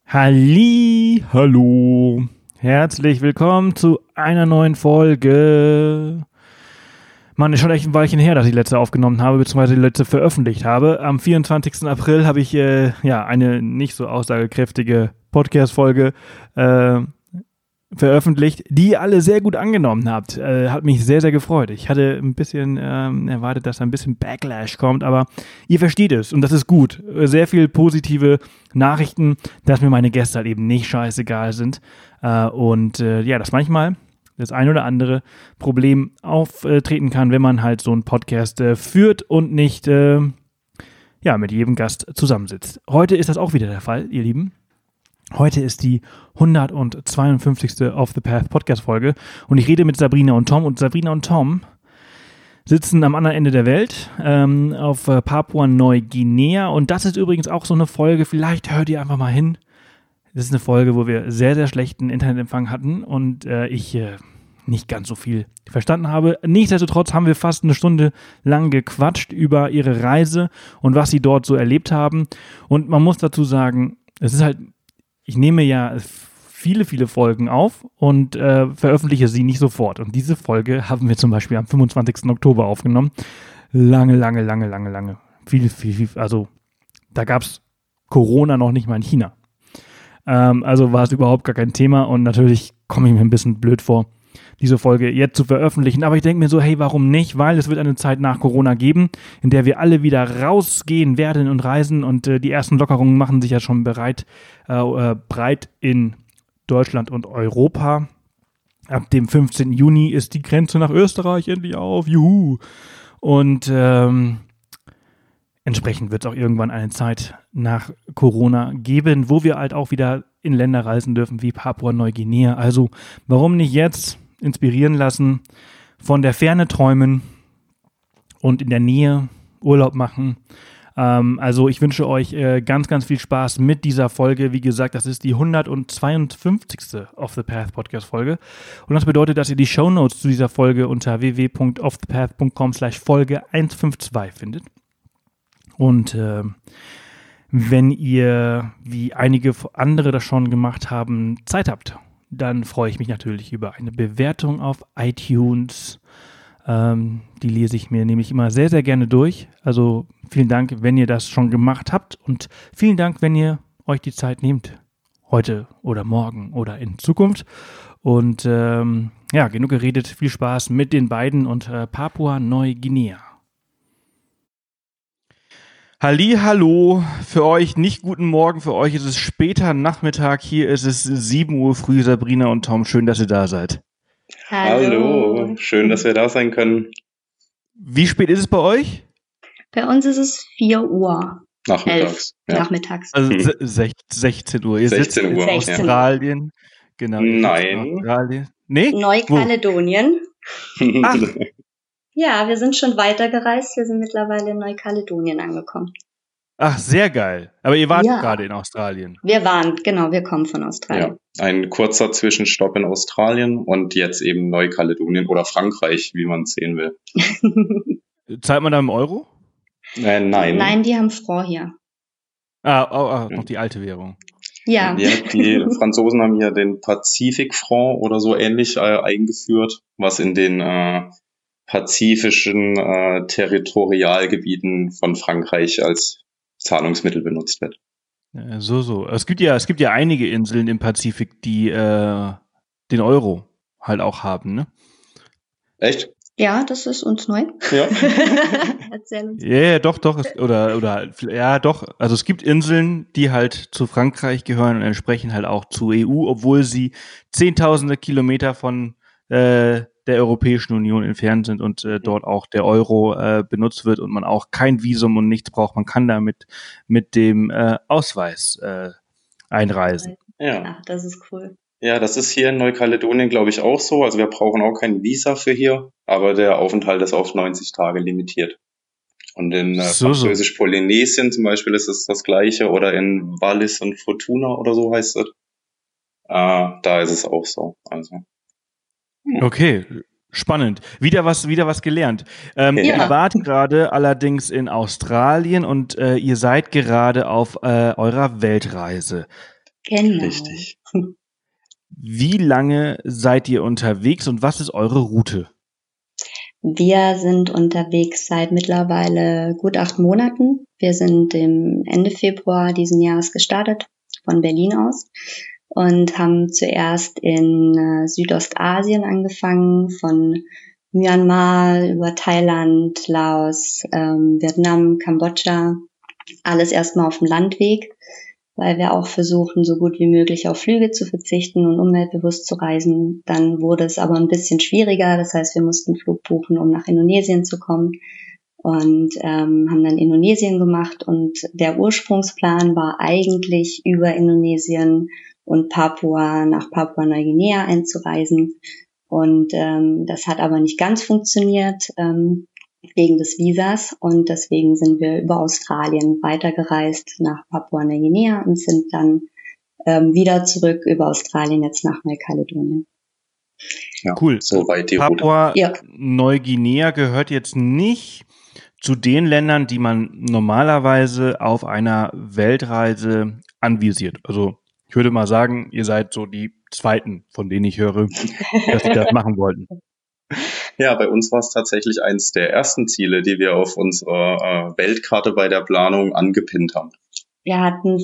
Hallo, herzlich willkommen zu einer neuen Folge. Mann, ist schon echt ein Weilchen her, dass ich die letzte aufgenommen habe, beziehungsweise die letzte veröffentlicht habe. Am 24. April habe ich eine nicht so aussagekräftige Podcast-Folge veröffentlicht, die ihr alle sehr gut angenommen habt. Hat mich sehr, sehr gefreut. Ich hatte ein bisschen erwartet, dass da ein bisschen Backlash kommt, aber ihr versteht es und das ist gut. Sehr viel positive Nachrichten, dass mir meine Gäste halt eben nicht scheißegal sind dass manchmal das ein oder andere Problem auftreten kann, wenn man halt so einen Podcast führt und nicht mit jedem Gast zusammensitzt. Heute ist das auch wieder der Fall, ihr Lieben. Heute ist die 152. Off the Path Podcast-Folge und ich rede mit Sabrina und Tom. Und Sabrina und Tom sitzen am anderen Ende der Welt auf Papua-Neuguinea. Und das ist übrigens auch so eine Folge, vielleicht hört ihr einfach mal hin. Das ist eine Folge, wo wir sehr, sehr schlechten Internetempfang hatten und ich nicht ganz so viel verstanden habe. Nichtsdestotrotz haben wir fast eine Stunde lang gequatscht über ihre Reise und was sie dort so erlebt haben. Und man muss dazu sagen, es ist halt, ich nehme ja viele, viele Folgen auf und veröffentliche sie nicht sofort. Und diese Folge haben wir zum Beispiel am 25. Oktober aufgenommen. Lange. Viel. Also da gab es Corona noch nicht mal in China. Also war es überhaupt gar kein Thema und natürlich komme ich mir ein bisschen blöd vor, diese Folge jetzt zu veröffentlichen. Aber ich denke mir so, hey, warum nicht? Weil es wird eine Zeit nach Corona geben, in der wir alle wieder rausgehen werden und reisen und die ersten Lockerungen machen sich ja schon breit in Deutschland und Europa. Ab dem 15. Juni ist die Grenze nach Österreich endlich auf. Juhu! Und entsprechend wird es auch irgendwann eine Zeit nach Corona geben, wo wir halt auch wieder in Länder reisen dürfen wie Papua-Neuguinea. Also warum nicht jetzt inspirieren lassen, von der Ferne träumen und in der Nähe Urlaub machen. Also ich wünsche euch ganz, ganz viel Spaß mit dieser Folge. Wie gesagt, das ist die 152. Off the Path Podcast Folge. Und das bedeutet, dass ihr die Shownotes zu dieser Folge unter www.offthepath.com/Folge 152 findet. Und wenn ihr, wie einige andere das schon gemacht haben, Zeit habt, dann freue ich mich natürlich über eine Bewertung auf iTunes. Die lese ich mir nämlich immer sehr, sehr gerne durch. Also vielen Dank, wenn ihr das schon gemacht habt und vielen Dank, wenn ihr euch die Zeit nehmt. Heute oder morgen oder in Zukunft. Und genug geredet. Viel Spaß mit den beiden und Papua-Neuguinea. Hallihallo, für euch nicht guten Morgen, für euch ist es später Nachmittag, hier ist es 7 Uhr früh, Sabrina und Tom, schön, dass ihr da seid. Hallo, schön, dass wir da sein können. Wie spät ist es bei euch? Bei uns ist es 4 Uhr. Nachmittags. Ja. Nachmittags. Also 16 Uhr. Ihr 16 sitzt Uhr, in Australien. Genau. Nein. Australien. Nee? Neukaledonien. Ach. Ja, wir sind schon weitergereist. Wir sind mittlerweile in Neukaledonien angekommen. Ach, sehr geil. Aber ihr wart gerade in Australien. Wir kommen von Australien. Ja, ein kurzer Zwischenstopp in Australien und jetzt eben Neukaledonien oder Frankreich, wie man es sehen will. Zahlt man da im Euro? Nein. Nein, die haben Franc hier. Noch die alte Währung. Ja. Die Franzosen haben hier den Pazifik-Franc oder so ähnlich eingeführt, was in den pazifischen Territorialgebieten von Frankreich als Zahlungsmittel benutzt wird. So. Es gibt ja einige Inseln im Pazifik, die den Euro halt auch haben, ne? Echt? Ja, das ist uns neu. Ja. Erzähl uns. Ja, doch. Doch. Also es gibt Inseln, die halt zu Frankreich gehören und entsprechend halt auch zur EU, obwohl sie Zehntausende Kilometer von der Europäischen Union entfernt sind und dort auch der Euro benutzt wird und man auch kein Visum und nichts braucht. Man kann da mit dem Ausweis einreisen. Ja. Ach, das ist cool. Ja, das ist hier in Neukaledonien, glaube ich, auch so. Also wir brauchen auch kein Visa für hier, aber der Aufenthalt ist auf 90 Tage limitiert. Und in Französisch-Polynesien zum Beispiel ist es das Gleiche oder in Wallis und Futuna oder so heißt es. Da ist es auch so. Also. Okay, spannend. Wieder was gelernt. Ihr wart gerade allerdings in Australien und ihr seid gerade auf eurer Weltreise. Genau. Richtig. Wie lange seid ihr unterwegs und was ist eure Route? Wir sind unterwegs seit mittlerweile gut 8 Monaten. Wir sind im Ende Februar diesen Jahres gestartet, von Berlin aus, und haben zuerst in Südostasien angefangen, von Myanmar über Thailand, Laos, Vietnam, Kambodscha, alles erstmal auf dem Landweg, weil wir auch versuchen, so gut wie möglich auf Flüge zu verzichten und umweltbewusst zu reisen. Dann wurde es aber ein bisschen schwieriger, das heißt, wir mussten einen Flug buchen, um nach Indonesien zu kommen, und haben dann Indonesien gemacht, und der Ursprungsplan war eigentlich über Indonesien und Papua nach Papua-Neuguinea einzureisen, und das hat aber nicht ganz funktioniert, wegen des Visas, und deswegen sind wir über Australien weitergereist nach Papua-Neuguinea und sind dann wieder zurück über Australien jetzt nach Neukaledonien. Ja, cool. Soweit die Route. Papua-Neuguinea gehört jetzt nicht zu den Ländern, die man normalerweise auf einer Weltreise anvisiert. Also ich würde mal sagen, ihr seid so die Zweiten, von denen ich höre, dass sie das machen wollten. Ja, bei uns war es tatsächlich eins der ersten Ziele, die wir auf unserer Weltkarte bei der Planung angepinnt haben. Wir hatten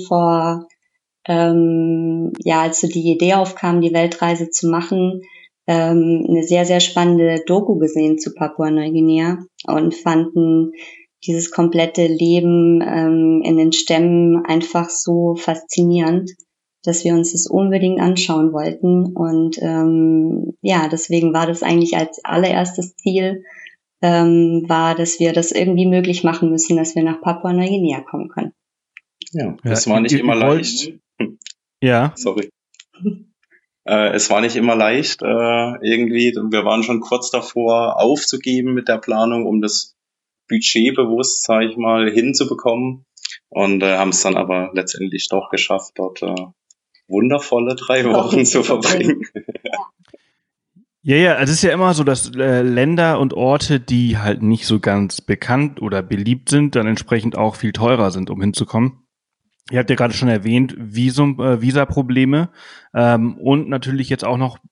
als so die Idee aufkam, die Weltreise zu machen, eine sehr, sehr spannende Doku gesehen zu Papua-Neuguinea und fanden dieses komplette Leben in den Stämmen einfach so faszinierend, dass wir uns das unbedingt anschauen wollten. Und deswegen war das eigentlich als allererstes Ziel, war, dass wir das irgendwie möglich machen müssen, dass wir nach Papua-Neuguinea kommen können. Ja, es war nicht immer leicht. Ja. Sorry. Es war nicht immer leicht, irgendwie. Wir waren schon kurz davor, aufzugeben mit der Planung, um das budgetbewusst, sage ich mal, hinzubekommen. Und haben es dann aber letztendlich doch geschafft, dort wundervolle 3 Wochen zu verbringen. Ja, es ist ja immer so, dass Länder und Orte, die halt nicht so ganz bekannt oder beliebt sind, dann entsprechend auch viel teurer sind, um hinzukommen. Ihr habt ja gerade schon erwähnt, Visa-Probleme und natürlich jetzt auch noch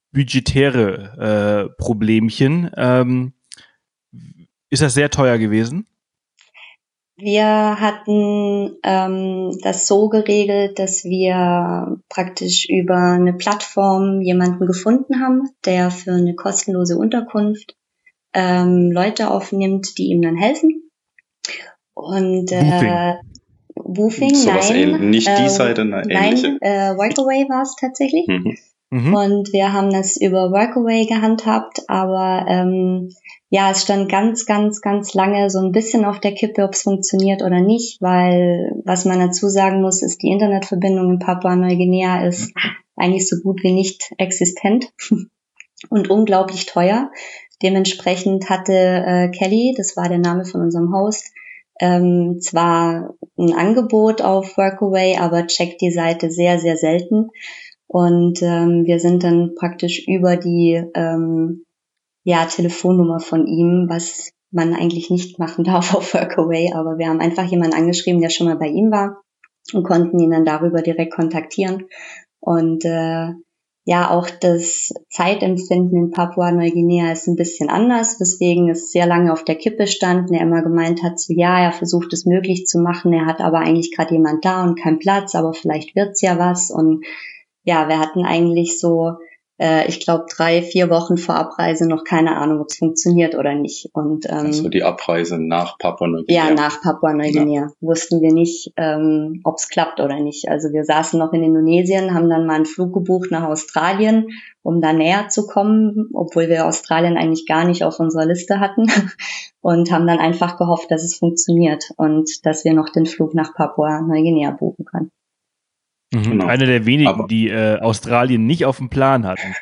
budgetäre Problemchen. Ist das sehr teuer gewesen? Wir hatten das so geregelt, dass wir praktisch über eine Plattform jemanden gefunden haben, der für eine kostenlose Unterkunft Leute aufnimmt, die ihm dann helfen. Und Woofing, nein. Nicht die Seite, nein. Workaway war es tatsächlich. Und wir haben das über Workaway gehandhabt, aber es stand ganz, ganz, ganz lange so ein bisschen auf der Kippe, ob es funktioniert oder nicht, weil, was man dazu sagen muss, ist, die Internetverbindung in Papua-Neuguinea ist eigentlich so gut wie nicht existent und unglaublich teuer. Dementsprechend hatte Kelly, das war der Name von unserem Host, zwar ein Angebot auf Workaway, aber checkt die Seite sehr, sehr selten. Und wir sind dann praktisch über die Telefonnummer von ihm, was man eigentlich nicht machen darf auf Workaway, aber wir haben einfach jemanden angeschrieben, der schon mal bei ihm war, und konnten ihn dann darüber direkt kontaktieren. Und auch das Zeitempfinden in Papua-Neuguinea ist ein bisschen anders, weswegen es sehr lange auf der Kippe stand und er immer gemeint hat, so er versucht es möglich zu machen, er hat aber eigentlich gerade jemand da und keinen Platz, aber vielleicht wird's ja was. Und ja, wir hatten eigentlich so, ich glaube 3-4 Wochen vor Abreise noch keine Ahnung, ob es funktioniert oder nicht. Und also die Abreise nach Papua-Neuguinea. Ja, nach Papua-Neuguinea. Wussten wir nicht, ob es klappt oder nicht. Also wir saßen noch in Indonesien, haben dann mal einen Flug gebucht nach Australien, um da näher zu kommen, obwohl wir Australien eigentlich gar nicht auf unserer Liste hatten, und haben dann einfach gehofft, dass es funktioniert und dass wir noch den Flug nach Papua-Neuguinea buchen können. Genau. Eine der wenigen, die Australien nicht auf dem Plan hatten.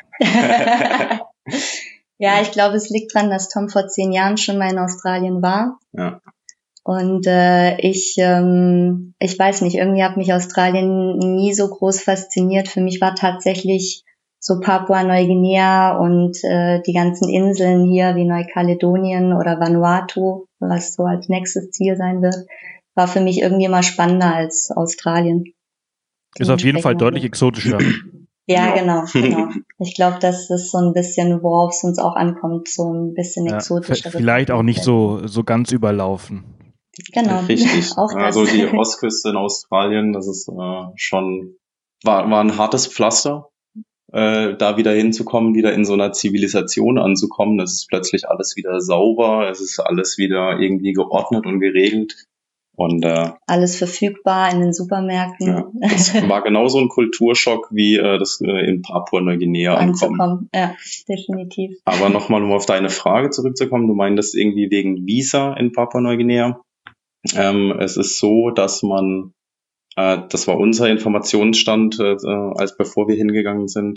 Ja, ich glaube, es liegt dran, dass Tom vor 10 Jahren schon mal in Australien war. Ja. Und ich weiß nicht, irgendwie hat mich Australien nie so groß fasziniert. Für mich war tatsächlich so Papua-Neuguinea und die ganzen Inseln hier wie Neukaledonien oder Vanuatu, was so als nächstes Ziel sein wird, war für mich irgendwie immer spannender als Australien. Ist auf jeden Fall deutlich exotischer. Ja, genau. Ich glaube, das ist so ein bisschen, worauf es uns auch ankommt, so ein bisschen exotischer. Vielleicht auch nicht so ganz überlaufen. Genau. Richtig. Auch also die Ostküste in Australien, das ist schon, war ein hartes Pflaster, da wieder hinzukommen, wieder in so einer Zivilisation anzukommen. Das ist plötzlich alles wieder sauber, es ist alles wieder irgendwie geordnet und geregelt. Und alles verfügbar in den Supermärkten. Ja, das war genauso ein Kulturschock wie das in Papua-Neuguinea ankommen. Ja, definitiv. Aber nochmal, um auf deine Frage zurückzukommen, du meintest irgendwie wegen Visa in Papua-Neuguinea. Es ist so, dass man, das war unser Informationsstand, als bevor wir hingegangen sind.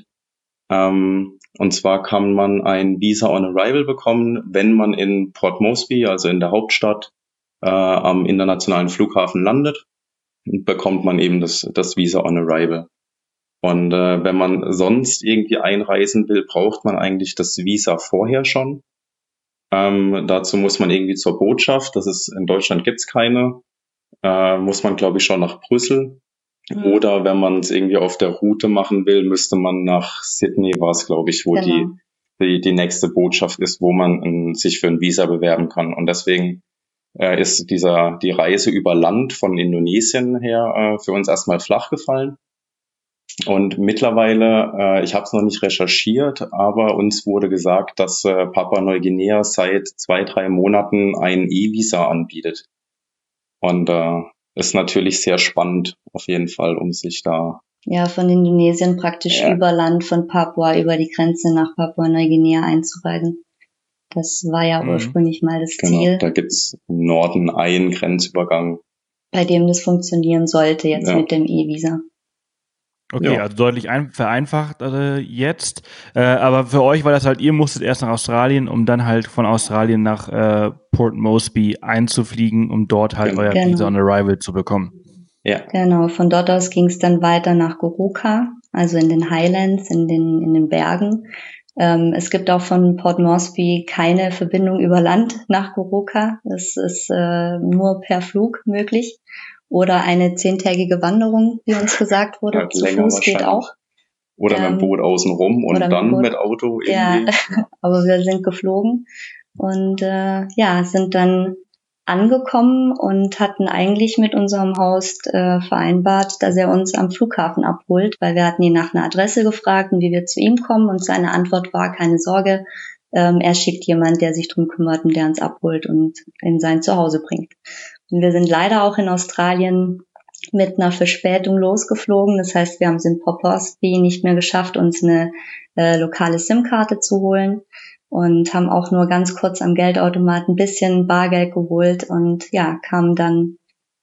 Und zwar kann man ein Visa on Arrival bekommen, wenn man in Port Moresby, also in der Hauptstadt, am internationalen Flughafen landet, bekommt man eben das Visa on Arrival. Und wenn man sonst irgendwie einreisen will, braucht man eigentlich das Visa vorher schon. Dazu muss man irgendwie zur Botschaft, das ist in Deutschland gibt's keine, muss man glaube ich schon nach Brüssel. Oder wenn man es irgendwie auf der Route machen will, müsste man nach Sydney, war es glaube ich, wo die nächste Botschaft ist, wo man sich für ein Visa bewerben kann. Und deswegen ist die Reise über Land von Indonesien her für uns erstmal flach gefallen. Und mittlerweile, ich habe es noch nicht recherchiert, aber uns wurde gesagt, dass Papua-Neuguinea seit 2-3 Monaten ein E-Visa anbietet. Und ist natürlich sehr spannend auf jeden Fall, um sich da... Ja, von Indonesien praktisch über Land von Papua, über die Grenze nach Papua-Neuguinea einzureisen. Das war ja ursprünglich mal das Ziel. Da gibt's im Norden einen Grenzübergang, bei dem das funktionieren sollte jetzt mit dem E-Visa. Okay, also deutlich vereinfacht jetzt. Aber für euch war das halt, ihr musstet erst nach Australien, um dann halt von Australien nach Port Moresby einzufliegen, um dort halt euer Visa on Arrival zu bekommen. Ja. Genau, von dort aus ging es dann weiter nach Goroka, also in den Highlands, in den Bergen. Es gibt auch von Port Moresby keine Verbindung über Land nach Goroka. Es ist nur per Flug möglich. Oder eine 10-tägige Wanderung, wie uns gesagt wurde. Ja, zu Fuß geht auch. Oder mit dem Boot außenrum und dann mit Auto irgendwie. Ja, aber wir sind geflogen und sind dann angekommen und hatten eigentlich mit unserem Host vereinbart, dass er uns am Flughafen abholt, weil wir hatten ihn nach einer Adresse gefragt und wie wir zu ihm kommen und seine Antwort war, keine Sorge, er schickt jemand, der sich drum kümmert und der uns abholt und in sein Zuhause bringt. Und wir sind leider auch in Australien mit einer Verspätung losgeflogen. Das heißt, wir haben es in Port Moresby nicht mehr geschafft, uns eine lokale SIM-Karte zu holen und haben auch nur ganz kurz am Geldautomat ein bisschen Bargeld geholt und kamen dann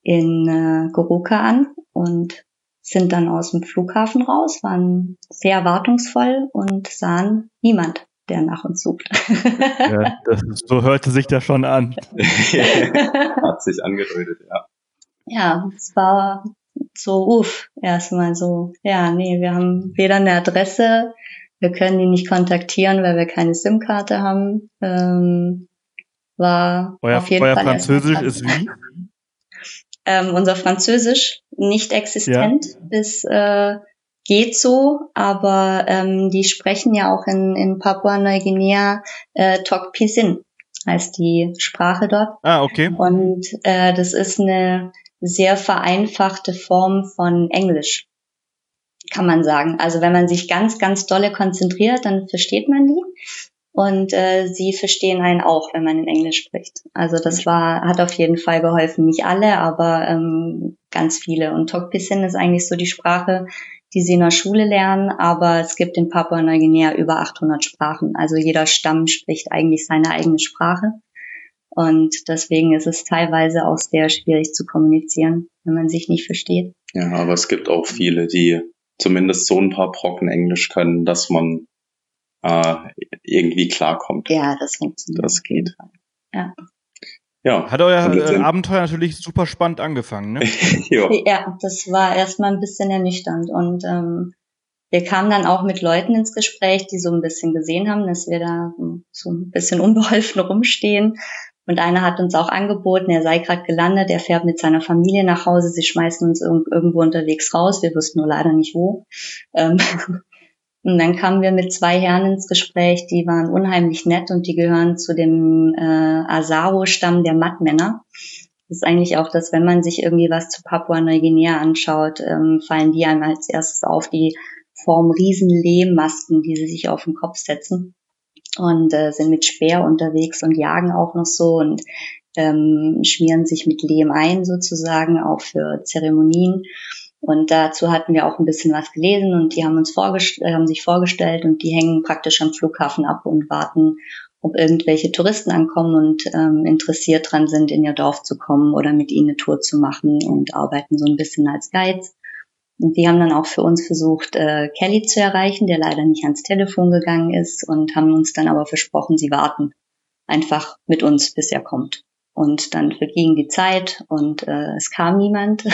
in Goroka an und sind dann aus dem Flughafen raus, waren sehr erwartungsvoll und sahen niemand, der nach uns sucht. Ja, so hörte sich das schon an. Hat sich angedeutet, ja. Ja, es war so, erstmal so, wir haben weder eine Adresse, wir können ihn nicht kontaktieren, weil wir keine SIM-Karte haben. War auf jeden Fall. Euer Französisch ist wie? Unser Französisch nicht existent, geht so, aber die sprechen ja auch in Papua-Neuguinea Tok Pisin, heißt die Sprache dort. Ah, okay. Und das ist eine sehr vereinfachte Form von Englisch, kann man sagen. Also wenn man sich ganz, ganz dolle konzentriert, dann versteht man die. Und sie verstehen einen auch, wenn man in Englisch spricht. Also das hat auf jeden Fall geholfen. Nicht alle, aber ganz viele. Und Tok Pisin ist eigentlich so die Sprache, die sie in der Schule lernen, aber es gibt in Papua-Neuguinea über 800 Sprachen. Also jeder Stamm spricht eigentlich seine eigene Sprache. Und deswegen ist es teilweise auch sehr schwierig zu kommunizieren, wenn man sich nicht versteht. Ja, aber es gibt auch viele, die zumindest so ein paar Brocken Englisch können, dass man irgendwie klarkommt. Ja, das funktioniert. Das geht. Ja. Hat euer Abenteuer natürlich super spannend angefangen, ne? Ja, das war erstmal ein bisschen ernüchternd. Und wir kamen dann auch mit Leuten ins Gespräch, die so ein bisschen gesehen haben, dass wir da so ein bisschen unbeholfen rumstehen Und einer hat uns auch angeboten, er sei gerade gelandet, er fährt mit seiner Familie nach Hause, sie schmeißen uns irgendwo unterwegs raus, wir wussten nur leider nicht wo. Und dann kamen wir mit 2 Herren ins Gespräch, die waren unheimlich nett und die gehören zu dem Asaro-Stamm der Matmänner. Das ist eigentlich auch das, wenn man sich irgendwie was zu Papua-Neuguinea anschaut, fallen die einem als erstes auf, die formen riesen Lehmmasken, die sie sich auf den Kopf setzen und sind mit Speer unterwegs und jagen auch noch so und schmieren sich mit Lehm ein sozusagen, auch für Zeremonien. Und dazu hatten wir auch ein bisschen was gelesen und die haben sich vorgestellt und die hängen praktisch am Flughafen ab und warten, ob irgendwelche Touristen ankommen und interessiert dran sind, in ihr Dorf zu kommen oder mit ihnen eine Tour zu machen und arbeiten so ein bisschen als Guides. Und die haben dann auch für uns versucht, Kelly zu erreichen, der leider nicht ans Telefon gegangen ist und haben uns dann aber versprochen, sie warten einfach mit uns, bis er kommt. Und dann verging die Zeit und es kam niemand.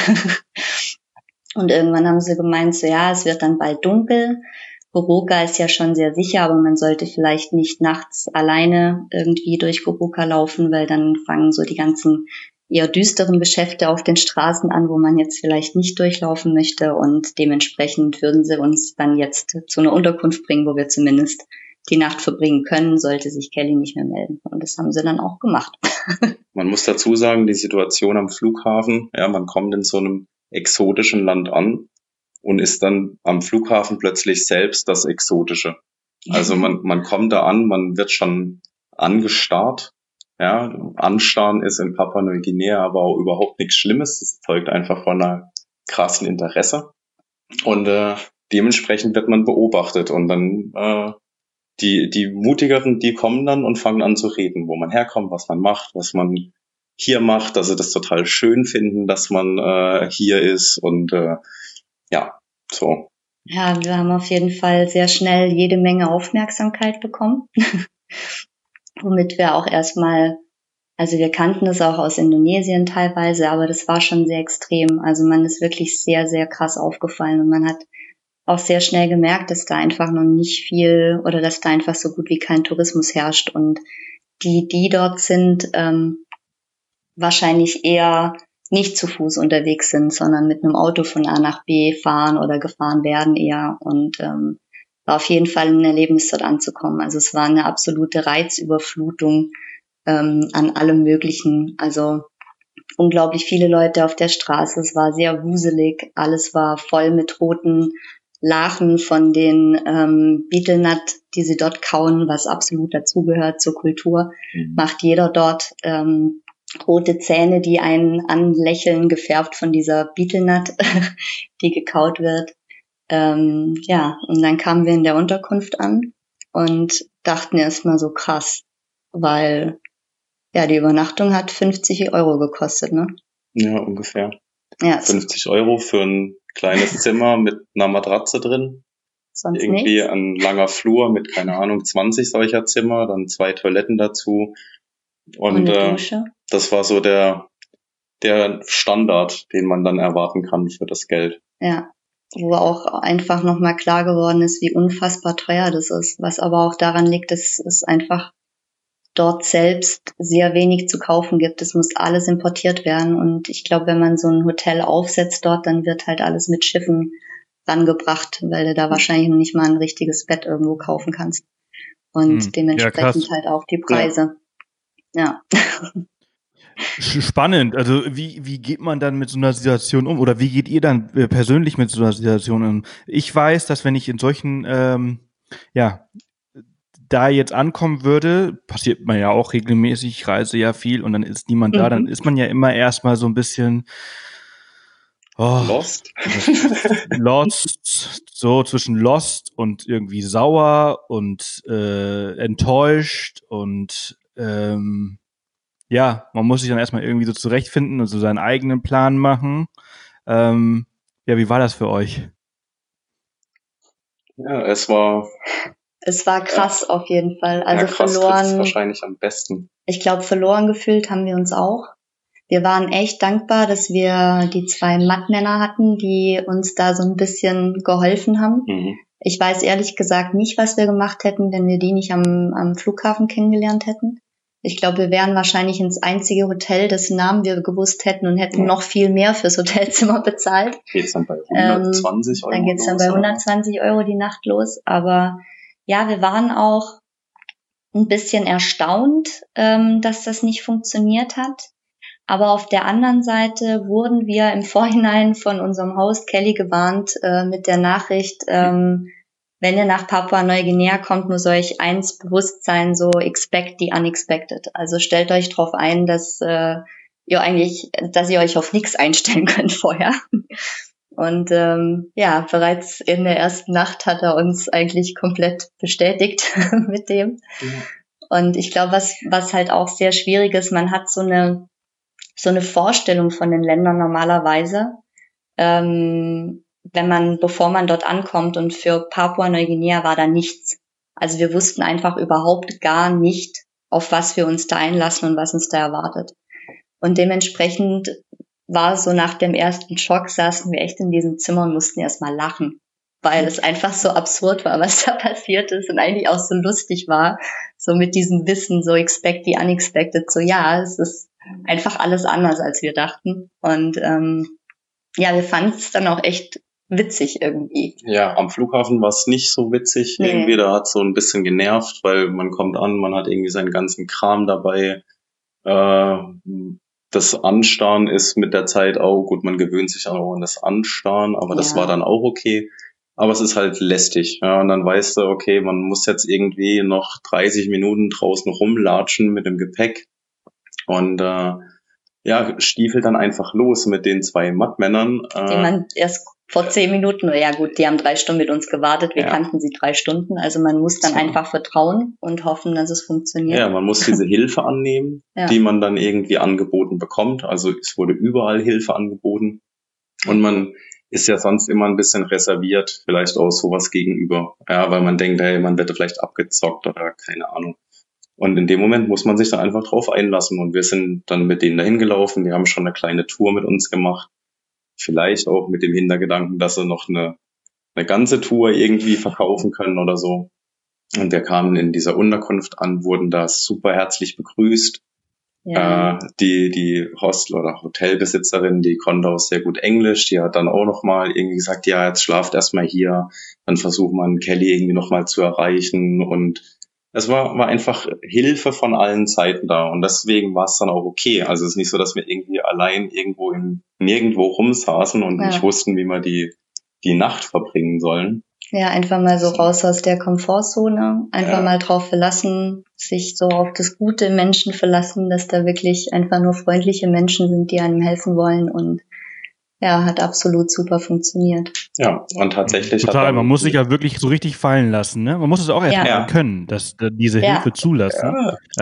Und irgendwann haben sie gemeint, so ja, es wird dann bald dunkel. Goroka ist ja schon sehr sicher, aber man sollte vielleicht nicht nachts alleine irgendwie durch Goroka laufen, weil dann fangen so die ganzen eher düsteren Geschäfte auf den Straßen an, wo man jetzt vielleicht nicht durchlaufen möchte. Und dementsprechend würden sie uns dann jetzt zu einer Unterkunft bringen, wo wir zumindest die Nacht verbringen können, sollte sich Kelly nicht mehr melden. Und das haben sie dann auch gemacht. Man muss dazu sagen, die Situation am Flughafen, ja, man kommt in so einem exotischen Land an und ist dann am Flughafen plötzlich selbst das Exotische. Also man kommt da an, man wird schon angestarrt. Ja, Anstarren ist in Papua-Neuguinea aber auch überhaupt nichts Schlimmes. Das zeugt einfach von einer krassen Interesse. Und dementsprechend wird man beobachtet. Und dann die Mutigeren, die kommen dann und fangen an zu reden, wo man herkommt, was man macht, was man hier macht, dass sie das total schön finden, dass man hier ist und ja, so. Ja, wir haben auf jeden Fall sehr schnell jede Menge Aufmerksamkeit bekommen, womit wir auch erstmal, also wir kannten es auch aus Indonesien teilweise, aber das war schon sehr extrem. Also man ist wirklich sehr, sehr krass aufgefallen und man hat auch sehr schnell gemerkt, dass da einfach noch nicht viel oder dass da einfach so gut wie kein Tourismus herrscht und die dort sind, wahrscheinlich eher nicht zu Fuß unterwegs sind, sondern mit einem Auto von A nach B fahren oder gefahren werden eher und war auf jeden Fall ein Erlebnis, dort anzukommen. Also es war eine absolute Reizüberflutung an allem Möglichen. Also unglaublich viele Leute auf der Straße. Es war sehr wuselig. Alles war voll mit roten Lachen von den Betel Nut, die sie dort kauen, was absolut dazugehört zur Kultur. Macht jeder dort rote Zähne, die einen anlächeln, gefärbt von dieser Betel Nut, die gekaut wird. Ja, und dann kamen wir in der Unterkunft an und dachten erstmal so krass, weil ja die Übernachtung hat 50 Euro gekostet, ne? Ja, ungefähr. Ja, 50 Euro für ein kleines Zimmer mit einer Matratze drin. sonst Irgendwie nichts. ein langer Flur mit, keine Ahnung, 20 solcher Zimmer, dann 2 Toiletten dazu. Und eine Dusche. das war so der Standard, den man dann erwarten kann für das Geld. Ja, wo auch einfach nochmal klar geworden ist, wie unfassbar teuer das ist. Was aber auch daran liegt, dass es einfach dort selbst sehr wenig zu kaufen gibt. Es muss alles importiert werden. Und ich glaube, wenn man so ein Hotel aufsetzt dort, dann wird halt alles mit Schiffen rangebracht, weil du da wahrscheinlich noch nicht mal ein richtiges Bett irgendwo kaufen kannst. Und dementsprechend halt auch die Preise. Ja. Spannend. Also wie geht man dann mit so einer Situation um? Oder wie geht ihr dann persönlich mit so einer Situation um? Ich weiß, dass wenn ich in solchen, da jetzt ankommen würde, passiert man ja auch regelmäßig, ich reise ja viel und dann ist niemand da, dann ist man ja immer erstmal so ein bisschen Lost, so zwischen Lost und irgendwie sauer und enttäuscht und ja, man muss sich dann erstmal irgendwie so zurechtfinden und so seinen eigenen Plan machen. Ja, wie war das für euch? Ja, es war krass auf jeden Fall. Also ja, krass, verloren. Wahrscheinlich am besten. Ich glaube, verloren gefühlt haben wir uns auch. Wir waren echt dankbar, dass wir die 2 Matmänner hatten, die uns da so ein bisschen geholfen haben. Ich weiß ehrlich gesagt nicht, was wir gemacht hätten, wenn wir die nicht am Flughafen kennengelernt hätten. Ich glaube, wir wären wahrscheinlich ins einzige Hotel, dessen Namen wir gewusst hätten und hätten noch viel mehr fürs Hotelzimmer bezahlt. Geht's dann bei 120 Euro? Dann geht's dann bei 120 Euro die Nacht los. Aber ja, wir waren auch ein bisschen erstaunt, dass das nicht funktioniert hat. Aber auf der anderen Seite wurden wir im Vorhinein von unserem Host Kelly gewarnt mit der Nachricht, wenn ihr nach Papua-Neuguinea kommt, muss euch eins bewusst sein, so expect the unexpected. Also stellt euch drauf ein, dass ihr euch auf nichts einstellen könnt vorher. Und bereits in der ersten Nacht hat er uns eigentlich komplett bestätigt mit dem. Ja. Und ich glaube, was halt auch sehr schwierig ist, man hat so eine Vorstellung von den Ländern normalerweise, bevor man dort ankommt, und für Papua-Neuguinea war da nichts. Also wir wussten einfach überhaupt gar nicht, auf was wir uns da einlassen und was uns da erwartet. Und dementsprechend war so nach dem ersten Schock, saßen wir echt in diesem Zimmer und mussten erstmal lachen, weil es einfach so absurd war, was da passiert ist und eigentlich auch so lustig war, so mit diesem Wissen, so expect the unexpected, so ja, es ist einfach alles anders, als wir dachten. Und wir fanden es dann auch echt witzig irgendwie. Ja, am Flughafen war es nicht so witzig. Nee. Irgendwie, da hat so ein bisschen genervt, weil man kommt an, man hat irgendwie seinen ganzen Kram dabei. Das Anstarren ist mit der Zeit auch, gut, man gewöhnt sich auch an das Anstarren, aber das war dann auch okay. Aber es ist halt lästig. Ja, und dann weißt du, okay, man muss jetzt irgendwie noch 30 Minuten draußen rumlatschen mit dem Gepäck. Und stiefelt dann einfach los mit den 2 Mattmännern. Die man erst vor 10 Minuten, ja gut, die haben 3 Stunden mit uns gewartet, wir kannten sie 3 Stunden, also man muss dann einfach vertrauen und hoffen, dass es funktioniert. Ja, man muss diese Hilfe annehmen, die man dann irgendwie angeboten bekommt, also es wurde überall Hilfe angeboten und man ist ja sonst immer ein bisschen reserviert, vielleicht auch sowas gegenüber, weil man denkt, hey, man wird vielleicht abgezockt oder keine Ahnung. Und in dem Moment muss man sich dann einfach drauf einlassen und wir sind dann mit denen dahin gelaufen, die haben schon eine kleine Tour mit uns gemacht. Vielleicht auch mit dem Hintergedanken, dass sie noch eine ganze Tour irgendwie verkaufen können oder so. Und wir kamen in dieser Unterkunft an, wurden da super herzlich begrüßt. Ja. Die Hostel- oder Hotelbesitzerin, die konnte auch sehr gut Englisch. Die hat dann auch nochmal irgendwie gesagt, ja, jetzt schlaft erstmal hier. Dann versucht man Kelly irgendwie nochmal zu erreichen. Und es war einfach Hilfe von allen Seiten da und deswegen war es dann auch okay. Also es ist nicht so, dass wir irgendwie allein nirgendwo rumsaßen und nicht wussten, wie wir die Nacht verbringen sollen. Ja, einfach mal so raus aus der Komfortzone, einfach mal drauf verlassen, sich so auf das Gute im Menschen verlassen, dass da wirklich einfach nur freundliche Menschen sind, die einem helfen wollen und hat absolut super funktioniert. Ja, und tatsächlich total, man muss sich ja wirklich so richtig fallen lassen, ne? Man muss es auch erstmal können, dass diese Hilfe zulassen.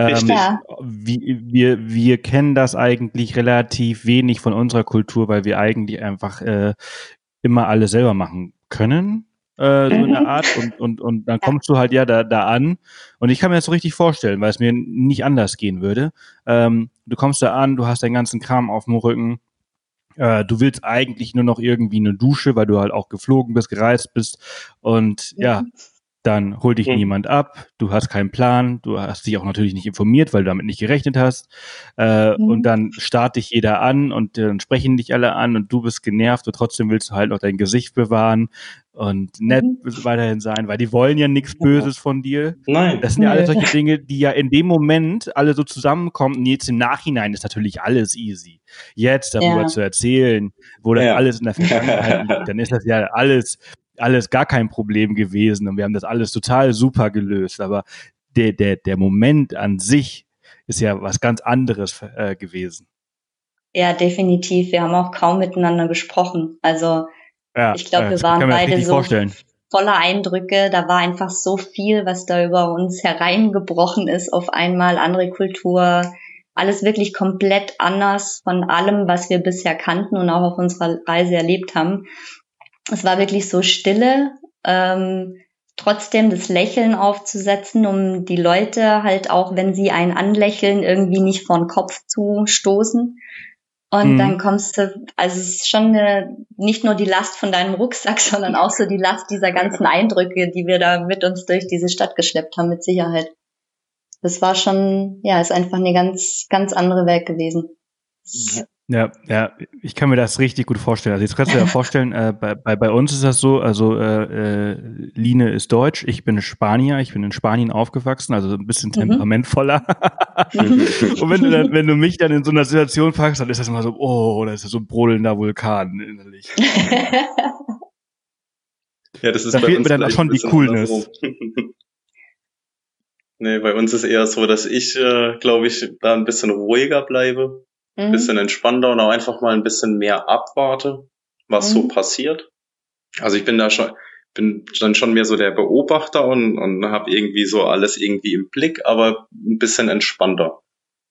Wir kennen das eigentlich relativ wenig von unserer Kultur, weil wir eigentlich einfach immer alles selber machen können, so in der Art. Und dann kommst du halt da an. Und ich kann mir das so richtig vorstellen, weil es mir nicht anders gehen würde. Du kommst da an, du hast deinen ganzen Kram auf dem Rücken. Du willst eigentlich nur noch irgendwie eine Dusche, weil du halt auch geflogen bist, gereist bist und dann holt dich niemand ab, du hast keinen Plan, du hast dich auch natürlich nicht informiert, weil du damit nicht gerechnet hast und dann starrt dich jeder an und dann sprechen dich alle an und du bist genervt und trotzdem willst du halt noch dein Gesicht bewahren und nett weiterhin sein, weil die wollen ja nichts Böses von dir. Nein. Das sind ja alles solche Dinge, die ja in dem Moment alle so zusammenkommen und jetzt im Nachhinein ist natürlich alles easy. Jetzt darüber zu erzählen, wo das alles in der Vergangenheit liegt, dann ist das ja alles gar kein Problem gewesen und wir haben das alles total super gelöst, aber der Moment an sich ist ja was ganz anderes gewesen. Ja, definitiv. Wir haben auch kaum miteinander gesprochen. Also ich glaube, wir waren beide so voller Eindrücke. Da war einfach so viel, was da über uns hereingebrochen ist. Auf einmal andere Kultur, alles wirklich komplett anders von allem, was wir bisher kannten und auch auf unserer Reise erlebt haben. Es war wirklich so Stille, trotzdem das Lächeln aufzusetzen, um die Leute halt auch, wenn sie einen anlächeln, irgendwie nicht vor den Kopf zu stoßen. Und dann kommst du, also es ist schon nicht nur die Last von deinem Rucksack, sondern auch so die Last dieser ganzen Eindrücke, die wir da mit uns durch diese Stadt geschleppt haben, mit Sicherheit. das war schon, ja, ist einfach eine ganz, ganz andere Welt gewesen. Ja, ich kann mir das richtig gut vorstellen. Also jetzt kannst du dir vorstellen, bei uns ist das so, also Line ist deutsch, ich bin Spanier, ich bin in Spanien aufgewachsen, also ein bisschen temperamentvoller. Und wenn du mich dann in so einer Situation fragst, dann ist das immer so, oh, das ist so ein brodelnder Vulkan innerlich. Ja, das ist da fehlt mir dann auch schon die Coolness. Nee, bei uns ist eher so, dass ich, glaube ich, da ein bisschen ruhiger bleibe. Ein bisschen entspannter und auch einfach mal ein bisschen mehr abwarte, was so passiert. Also ich bin dann schon mehr so der Beobachter und habe irgendwie so alles irgendwie im Blick, aber ein bisschen entspannter.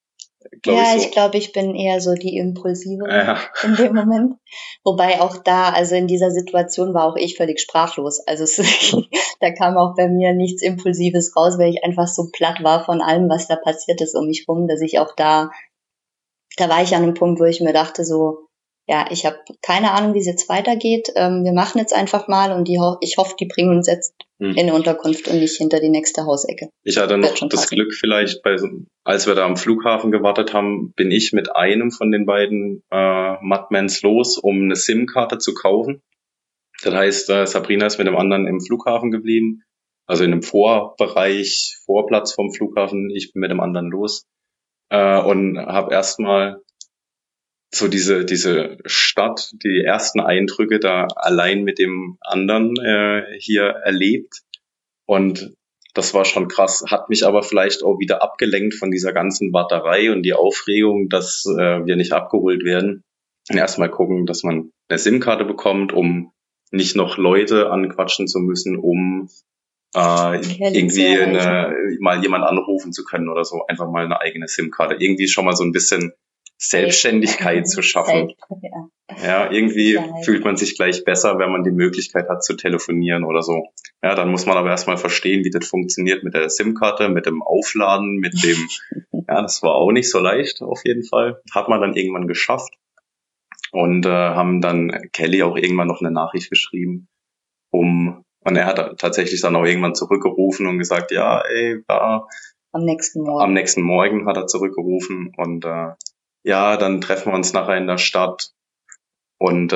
Ich glaube, ich bin eher so die Impulsive in dem Moment. Wobei auch da, also in dieser Situation war auch ich völlig sprachlos. Also da kam auch bei mir nichts Impulsives raus, weil ich einfach so platt war von allem, was da passiert ist um mich rum, dass ich auch da war ich an einem Punkt, wo ich mir dachte so, ja, ich habe keine Ahnung, wie es jetzt weitergeht. Wir machen jetzt einfach mal und ich hoffe, die bringen uns jetzt in eine Unterkunft und nicht hinter die nächste Hausecke. Ich hatte noch das Glück vielleicht, als wir da am Flughafen gewartet haben, bin ich mit einem von den beiden Madmans los, um eine SIM-Karte zu kaufen. Das heißt, Sabrina ist mit dem anderen im Flughafen geblieben, also in einem Vorplatz vom Flughafen. Ich bin mit dem anderen los. Und habe erstmal so diese Stadt, die ersten Eindrücke da allein mit dem anderen hier erlebt. Und das war schon krass, hat mich aber vielleicht auch wieder abgelenkt von dieser ganzen Warterei und die Aufregung, dass wir nicht abgeholt werden. Und erstmal gucken, dass man eine SIM-Karte bekommt, um nicht noch Leute anquatschen zu müssen, um irgendwie mal jemand anrufen zu können oder so, einfach mal eine eigene SIM-Karte. Irgendwie schon mal so ein bisschen Selbstständigkeit zu schaffen. Ja, irgendwie fühlt man sich gleich besser, wenn man die Möglichkeit hat zu telefonieren oder so. Ja, dann muss man aber erstmal verstehen, wie das funktioniert mit der SIM-Karte, mit dem Aufladen, mit dem, ja, das war auch nicht so leicht auf jeden Fall. Hat man dann irgendwann geschafft und haben dann Kelly auch irgendwann noch eine Nachricht geschrieben, und er hat tatsächlich dann auch irgendwann zurückgerufen und gesagt, ja, am nächsten Morgen hat er zurückgerufen und dann treffen wir uns nachher in der Stadt und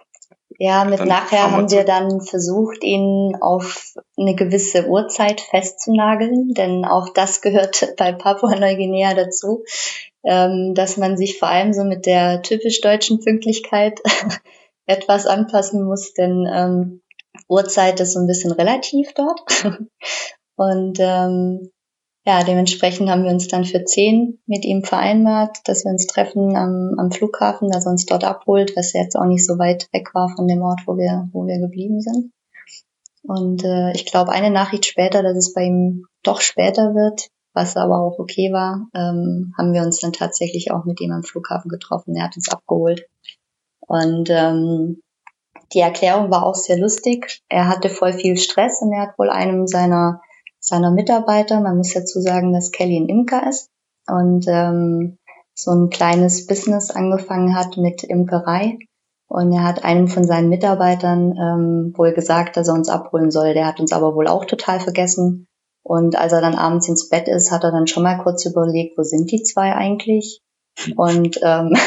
nachher haben wir dann versucht, ihn auf eine gewisse Uhrzeit festzunageln, denn auch das gehört bei Papua-Neuguinea dazu, dass man sich vor allem so mit der typisch deutschen Pünktlichkeit etwas anpassen muss, denn Uhrzeit ist so ein bisschen relativ dort. Und dementsprechend haben wir uns dann für 10 mit ihm vereinbart, dass wir uns treffen am Flughafen, dass er uns dort abholt, was jetzt auch nicht so weit weg war von dem Ort, wo wir geblieben sind. Und ich glaube, eine Nachricht später, dass es bei ihm doch später wird, was aber auch okay war, haben wir uns dann tatsächlich auch mit ihm am Flughafen getroffen. Er hat uns abgeholt. Und die Erklärung war auch sehr lustig. Er hatte voll viel Stress und er hat wohl einem seiner Mitarbeiter, man muss dazu sagen, dass Kelly ein Imker ist und so ein kleines Business angefangen hat mit Imkerei. Und er hat einem von seinen Mitarbeitern wohl gesagt, dass er uns abholen soll. Der hat uns aber wohl auch total vergessen. Und als er dann abends ins Bett ist, hat er dann schon mal kurz überlegt, wo sind die zwei eigentlich? Und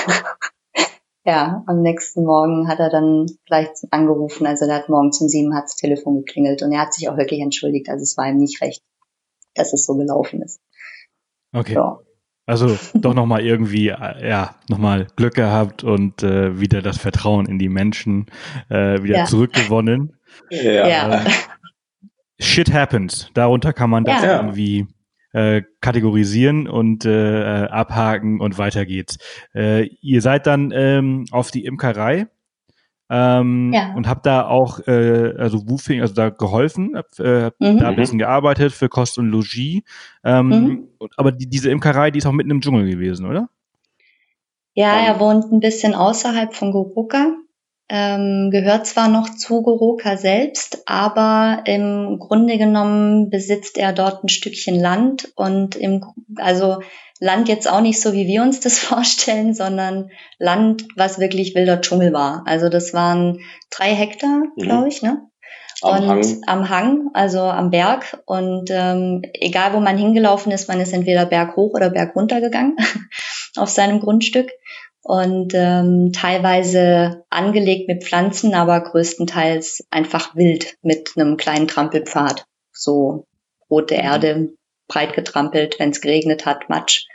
am nächsten Morgen hat er dann gleich angerufen, also der hat morgens um 7 hat's Telefon geklingelt und er hat sich auch wirklich entschuldigt, also es war ihm nicht recht, dass es so gelaufen ist. Okay. Ja. Also doch nochmal irgendwie, nochmal Glück gehabt und wieder das Vertrauen in die Menschen wieder zurückgewonnen. Ja. Shit happens. Darunter kann man das irgendwie kategorisieren und abhaken und weiter geht's. Ihr seid dann auf die Imkerei und habt da auch da geholfen, habt da ein bisschen gearbeitet für Kost und Logis. Aber diese Imkerei, die ist auch mitten im Dschungel gewesen, oder? Ja, er wohnt ein bisschen außerhalb von Goroka. Gehört zwar noch zu Goroka selbst, aber im Grunde genommen besitzt er dort ein Stückchen Land und Land jetzt auch nicht so, wie wir uns das vorstellen, sondern Land, was wirklich wilder Dschungel war. Also das waren 3 Hektar, glaube ich, ne? Am Hang, also am Berg. Und egal, wo man hingelaufen ist, man ist entweder berghoch oder bergunter gegangen auf seinem Grundstück. Und teilweise angelegt mit Pflanzen, aber größtenteils einfach wild mit einem kleinen Trampelpfad. So rote Erde, breit getrampelt, wenn es geregnet hat, Matsch.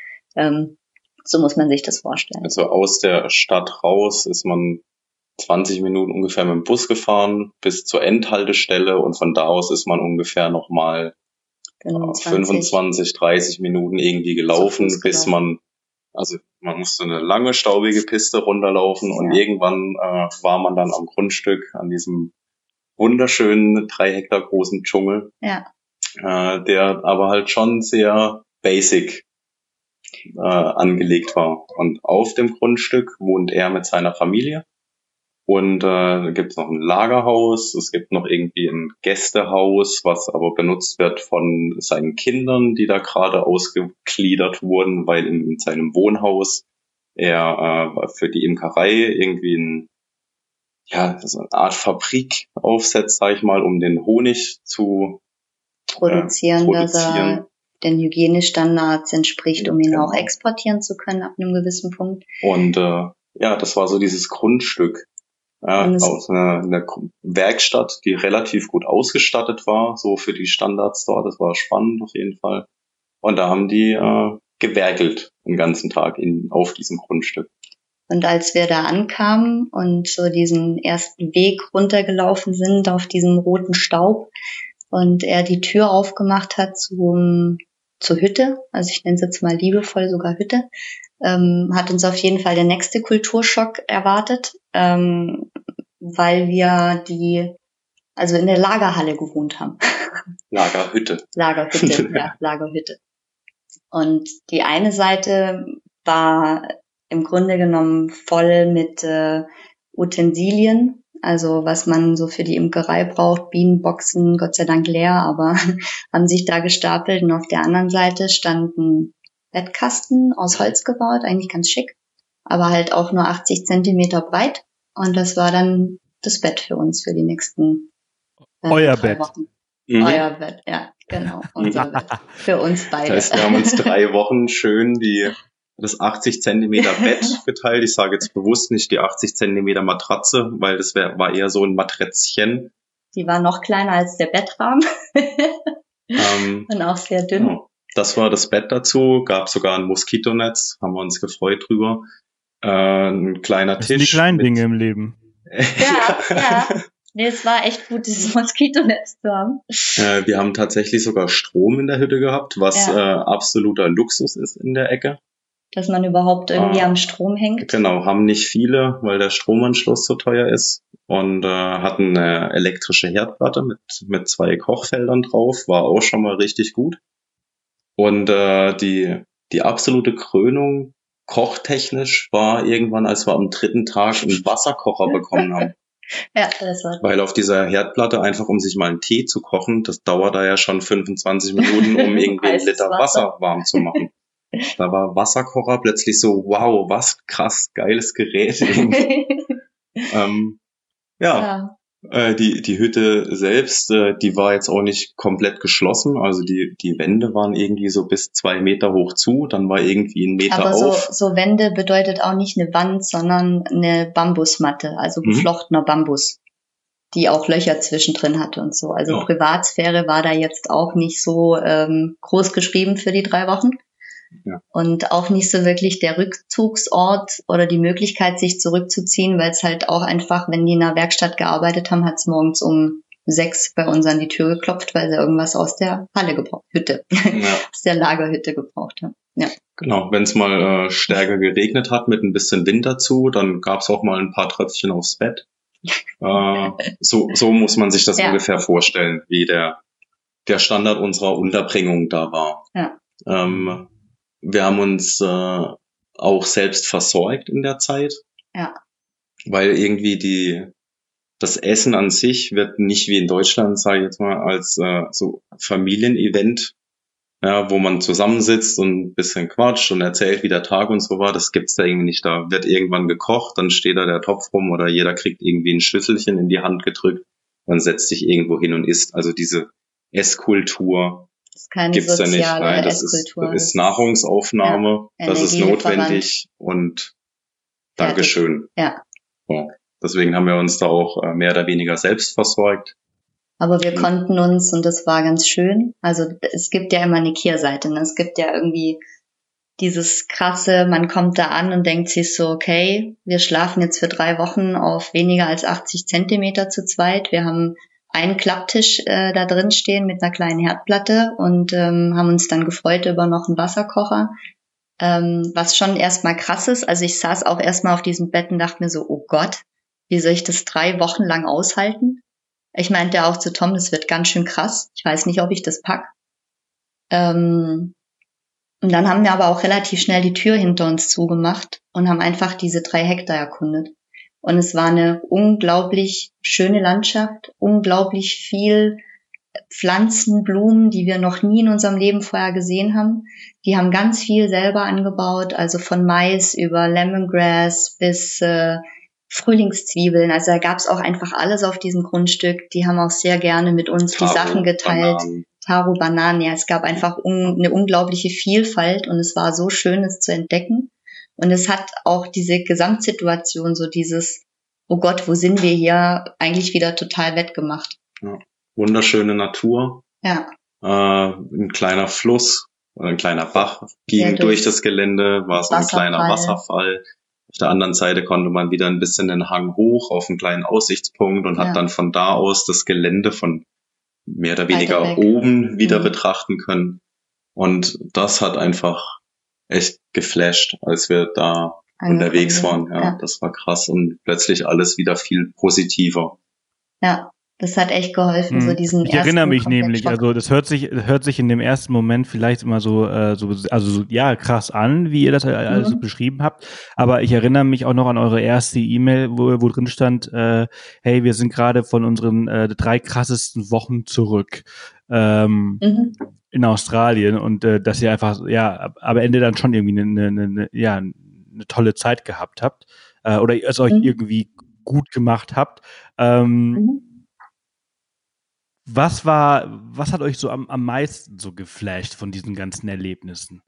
So muss man sich das vorstellen. Also aus der Stadt raus ist man 20 Minuten ungefähr mit dem Bus gefahren bis zur Endhaltestelle und von da aus ist man ungefähr nochmal 25, 30 Minuten irgendwie gelaufen, bis man musste eine lange, staubige Piste runterlaufen und irgendwann war man dann am Grundstück an diesem wunderschönen 3 Hektar großen Dschungel, der aber halt schon sehr basic angelegt war. Und auf dem Grundstück wohnt er mit seiner Familie. Und da gibt es noch ein Lagerhaus, es gibt noch irgendwie ein Gästehaus, was aber benutzt wird von seinen Kindern, die da gerade ausgegliedert wurden, weil in seinem Wohnhaus er für die Imkerei irgendwie so eine Art Fabrik aufsetzt, sag ich mal, um den Honig zu produzieren. Dass er den Hygienestandards entspricht, um ihn auch exportieren zu können ab einem gewissen Punkt. Und das war so dieses Grundstück. Aus einer Werkstatt, die relativ gut ausgestattet war, so für die Standards dort. Das war spannend auf jeden Fall. Und da haben die gewerkelt den ganzen Tag auf diesem Grundstück. Und als wir da ankamen und so diesen ersten Weg runtergelaufen sind auf diesem roten Staub und er die Tür aufgemacht hat zur Hütte, also ich nenne es jetzt mal liebevoll sogar Hütte, hat uns auf jeden Fall der nächste Kulturschock erwartet, weil wir in der Lagerhalle gewohnt haben. Lagerhütte, Lagerhütte. Und die eine Seite war im Grunde genommen voll mit Utensilien, also was man so für die Imkerei braucht, Bienenboxen, Gott sei Dank leer, aber haben sich da gestapelt. Und auf der anderen Seite standen Bettkasten aus Holz gebaut, eigentlich ganz schick, aber halt auch nur 80 Zentimeter breit. Und das war dann das Bett für uns für die nächsten Euer Bett. Wochen. Euer Bett, ja, genau. Unser Bett. Für uns beide. Das heißt, wir haben uns 3 Wochen schön das 80 Zentimeter Bett geteilt. Ich sage jetzt bewusst nicht die 80 Zentimeter Matratze, weil das war eher so ein Maträtzchen. Die war noch kleiner als der Bettrahmen. Und auch sehr dünn. Ja. Das war das Bett dazu, gab sogar ein Moskitonetz, haben wir uns gefreut drüber. Ein kleiner Tisch. Das sind die kleinen Dinge im Leben. Ja. Nee, es war echt gut, dieses Moskitonetz zu haben. Wir haben tatsächlich sogar Strom in der Hütte gehabt, was absoluter Luxus ist in der Ecke. Dass man überhaupt irgendwie am Strom hängt. Genau, haben nicht viele, weil der Stromanschluss so teuer ist. Und hatten eine elektrische Herdplatte mit 2 Kochfeldern drauf, war auch schon mal richtig gut. Und die absolute Krönung kochtechnisch war irgendwann, als wir am 3. Tag einen Wasserkocher bekommen haben. Ja, das war. Weil auf dieser Herdplatte einfach, um sich mal einen Tee zu kochen, das dauert da ja schon 25 Minuten, um irgendwie einen Liter Wasser warm zu machen. Da war Wasserkocher plötzlich so, wow, was krass geiles Gerät. Die Hütte selbst, die war jetzt auch nicht komplett geschlossen. Also die Wände waren irgendwie so bis 2 Meter hoch zu, dann war irgendwie 1 Meter aber auf. So Wände bedeutet auch nicht eine Wand, sondern eine Bambusmatte, also geflochtener Bambus, die auch Löcher zwischendrin hatte und so. Also Privatsphäre war da jetzt auch nicht so groß geschrieben für die 3 Wochen. Ja. Und auch nicht so wirklich der Rückzugsort oder die Möglichkeit, sich zurückzuziehen, weil es halt auch einfach, wenn die in einer Werkstatt gearbeitet haben, hat es morgens um 6 bei uns an die Tür geklopft, weil sie irgendwas aus der Halle aus der Lagerhütte gebraucht haben. Ja. Genau, wenn es mal stärker geregnet hat mit ein bisschen Wind dazu, dann gab es auch mal ein paar Tröpfchen aufs Bett. So muss man sich das ungefähr vorstellen, wie der Standard unserer Unterbringung da war. Ja. Wir haben uns auch selbst versorgt in der Zeit. Ja. Weil irgendwie das Essen an sich wird nicht wie in Deutschland, sage ich jetzt mal, als so Familienevent, wo man zusammensitzt und ein bisschen quatscht und erzählt, wie der Tag und so war. Das gibt's da irgendwie nicht. Da wird irgendwann gekocht, dann steht da der Topf rum oder jeder kriegt irgendwie ein Schüsselchen in die Hand gedrückt und setzt sich irgendwo hin und isst. Also diese Esskultur gibt's da nicht. Nein, das ist Nahrungsaufnahme, das ist notwendig und Dankeschön. Ja. So. Deswegen haben wir uns da auch mehr oder weniger selbst versorgt. Aber wir konnten uns, und das war ganz schön, also es gibt ja immer eine Kehrseite, ne? Es gibt ja irgendwie dieses krasse, man kommt da an und denkt sich so, okay, wir schlafen jetzt für 3 Wochen auf weniger als 80 Zentimeter zu zweit. Wir haben einen Klapptisch da drin stehen mit einer kleinen Herdplatte und haben uns dann gefreut über noch einen Wasserkocher. Was schon erstmal krass ist. Also ich saß auch erstmal auf diesem Bett und dachte mir so, oh Gott, wie soll ich das 3 Wochen lang aushalten? Ich meinte auch zu Tom, das wird ganz schön krass. Ich weiß nicht, ob ich das pack. Und dann haben wir aber auch relativ schnell die Tür hinter uns zugemacht und haben einfach diese 3 Hektar erkundet. Und es war eine unglaublich schöne Landschaft, unglaublich viel Pflanzen, Blumen, die wir noch nie in unserem Leben vorher gesehen haben. Die haben ganz viel selber angebaut, also von Mais über Lemongrass bis Frühlingszwiebeln. Also da gab es auch einfach alles auf diesem Grundstück. Die haben auch sehr gerne mit uns die Sachen geteilt. Taro, Bananen, ja, es gab einfach eine unglaubliche Vielfalt und es war so schön, es zu entdecken. Und es hat auch diese Gesamtsituation, so dieses, oh Gott, wo sind wir hier, eigentlich wieder total wettgemacht. Ja. Wunderschöne Natur. Ja. Ein kleiner Fluss oder ein kleiner Bach ging durch das Gelände, war so ein kleiner Wasserfall. Auf der anderen Seite konnte man wieder ein bisschen den Hang hoch auf einen kleinen Aussichtspunkt und hat dann von da aus das Gelände von mehr oder weniger oben wieder betrachten können. Und das hat einfach echt geflasht, als wir da unterwegs waren. Ja, das war krass und plötzlich alles wieder viel positiver. Ja. Das hat echt geholfen, so diesen Ich erinnere mich nämlich, also das hört sich in dem ersten Moment vielleicht immer so krass an, wie ihr das alles so beschrieben habt, aber ich erinnere mich auch noch an eure erste E-Mail, wo drin stand, hey, wir sind gerade von unseren 3 krassesten Wochen zurück in Australien und dass ihr einfach, am Ende dann schon irgendwie eine tolle Zeit gehabt habt oder es euch irgendwie gut gemacht habt. Was hat euch so am meisten so geflasht von diesen ganzen Erlebnissen?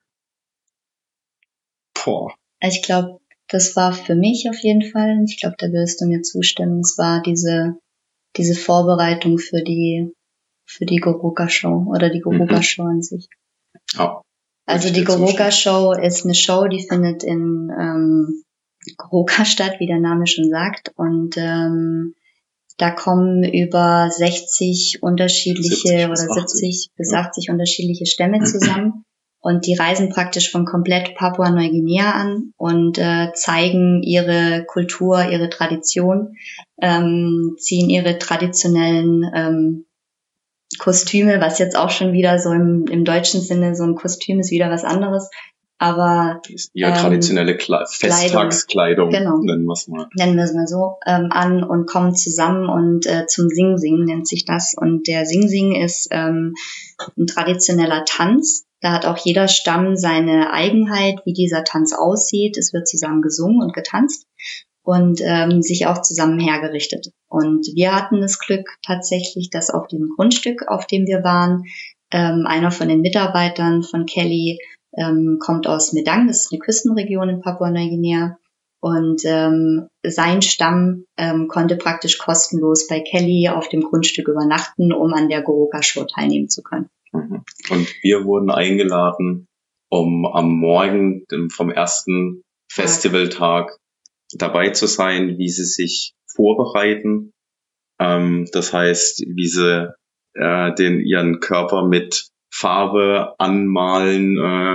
Ich glaube, das war für mich auf jeden Fall, ich glaube, da wirst du mir zustimmen, es war diese Vorbereitung für die Goroka-Show oder die Goroka-Show an sich. Oh, also die Goroka-Show ist eine Show, die findet in Goroka statt, wie der Name schon sagt, und da kommen über 60 unterschiedliche oder 70 bis 80 unterschiedliche Stämme zusammen und die reisen praktisch von komplett Papua-Neuguinea an und zeigen ihre Kultur, ihre Tradition, ziehen ihre traditionellen Kostüme, was jetzt auch schon wieder so im deutschen Sinne, so ein Kostüm ist wieder was anderes. Aber ihre traditionelle Festtagskleidung, genau, nennen wir es mal. Nennen wir es mal so, an und kommen zusammen und zum Sing-Sing nennt sich das. Und der Sing-Sing ist ein traditioneller Tanz. Da hat auch jeder Stamm seine Eigenheit, wie dieser Tanz aussieht. Es wird zusammen gesungen und getanzt und sich auch zusammen hergerichtet. Und wir hatten das Glück tatsächlich, dass auf dem Grundstück, auf dem wir waren, einer von den Mitarbeitern von Kelly kommt aus Medang, das ist eine Küstenregion in Papua-Neuguinea und sein Stamm konnte praktisch kostenlos bei Kelly auf dem Grundstück übernachten, um an der Goroka-Show teilnehmen zu können. Und wir wurden eingeladen, um am Morgen vom ersten Festivaltag dabei zu sein, wie sie sich vorbereiten. Das heißt, wie sie ihren Körper mit Farbe anmalen,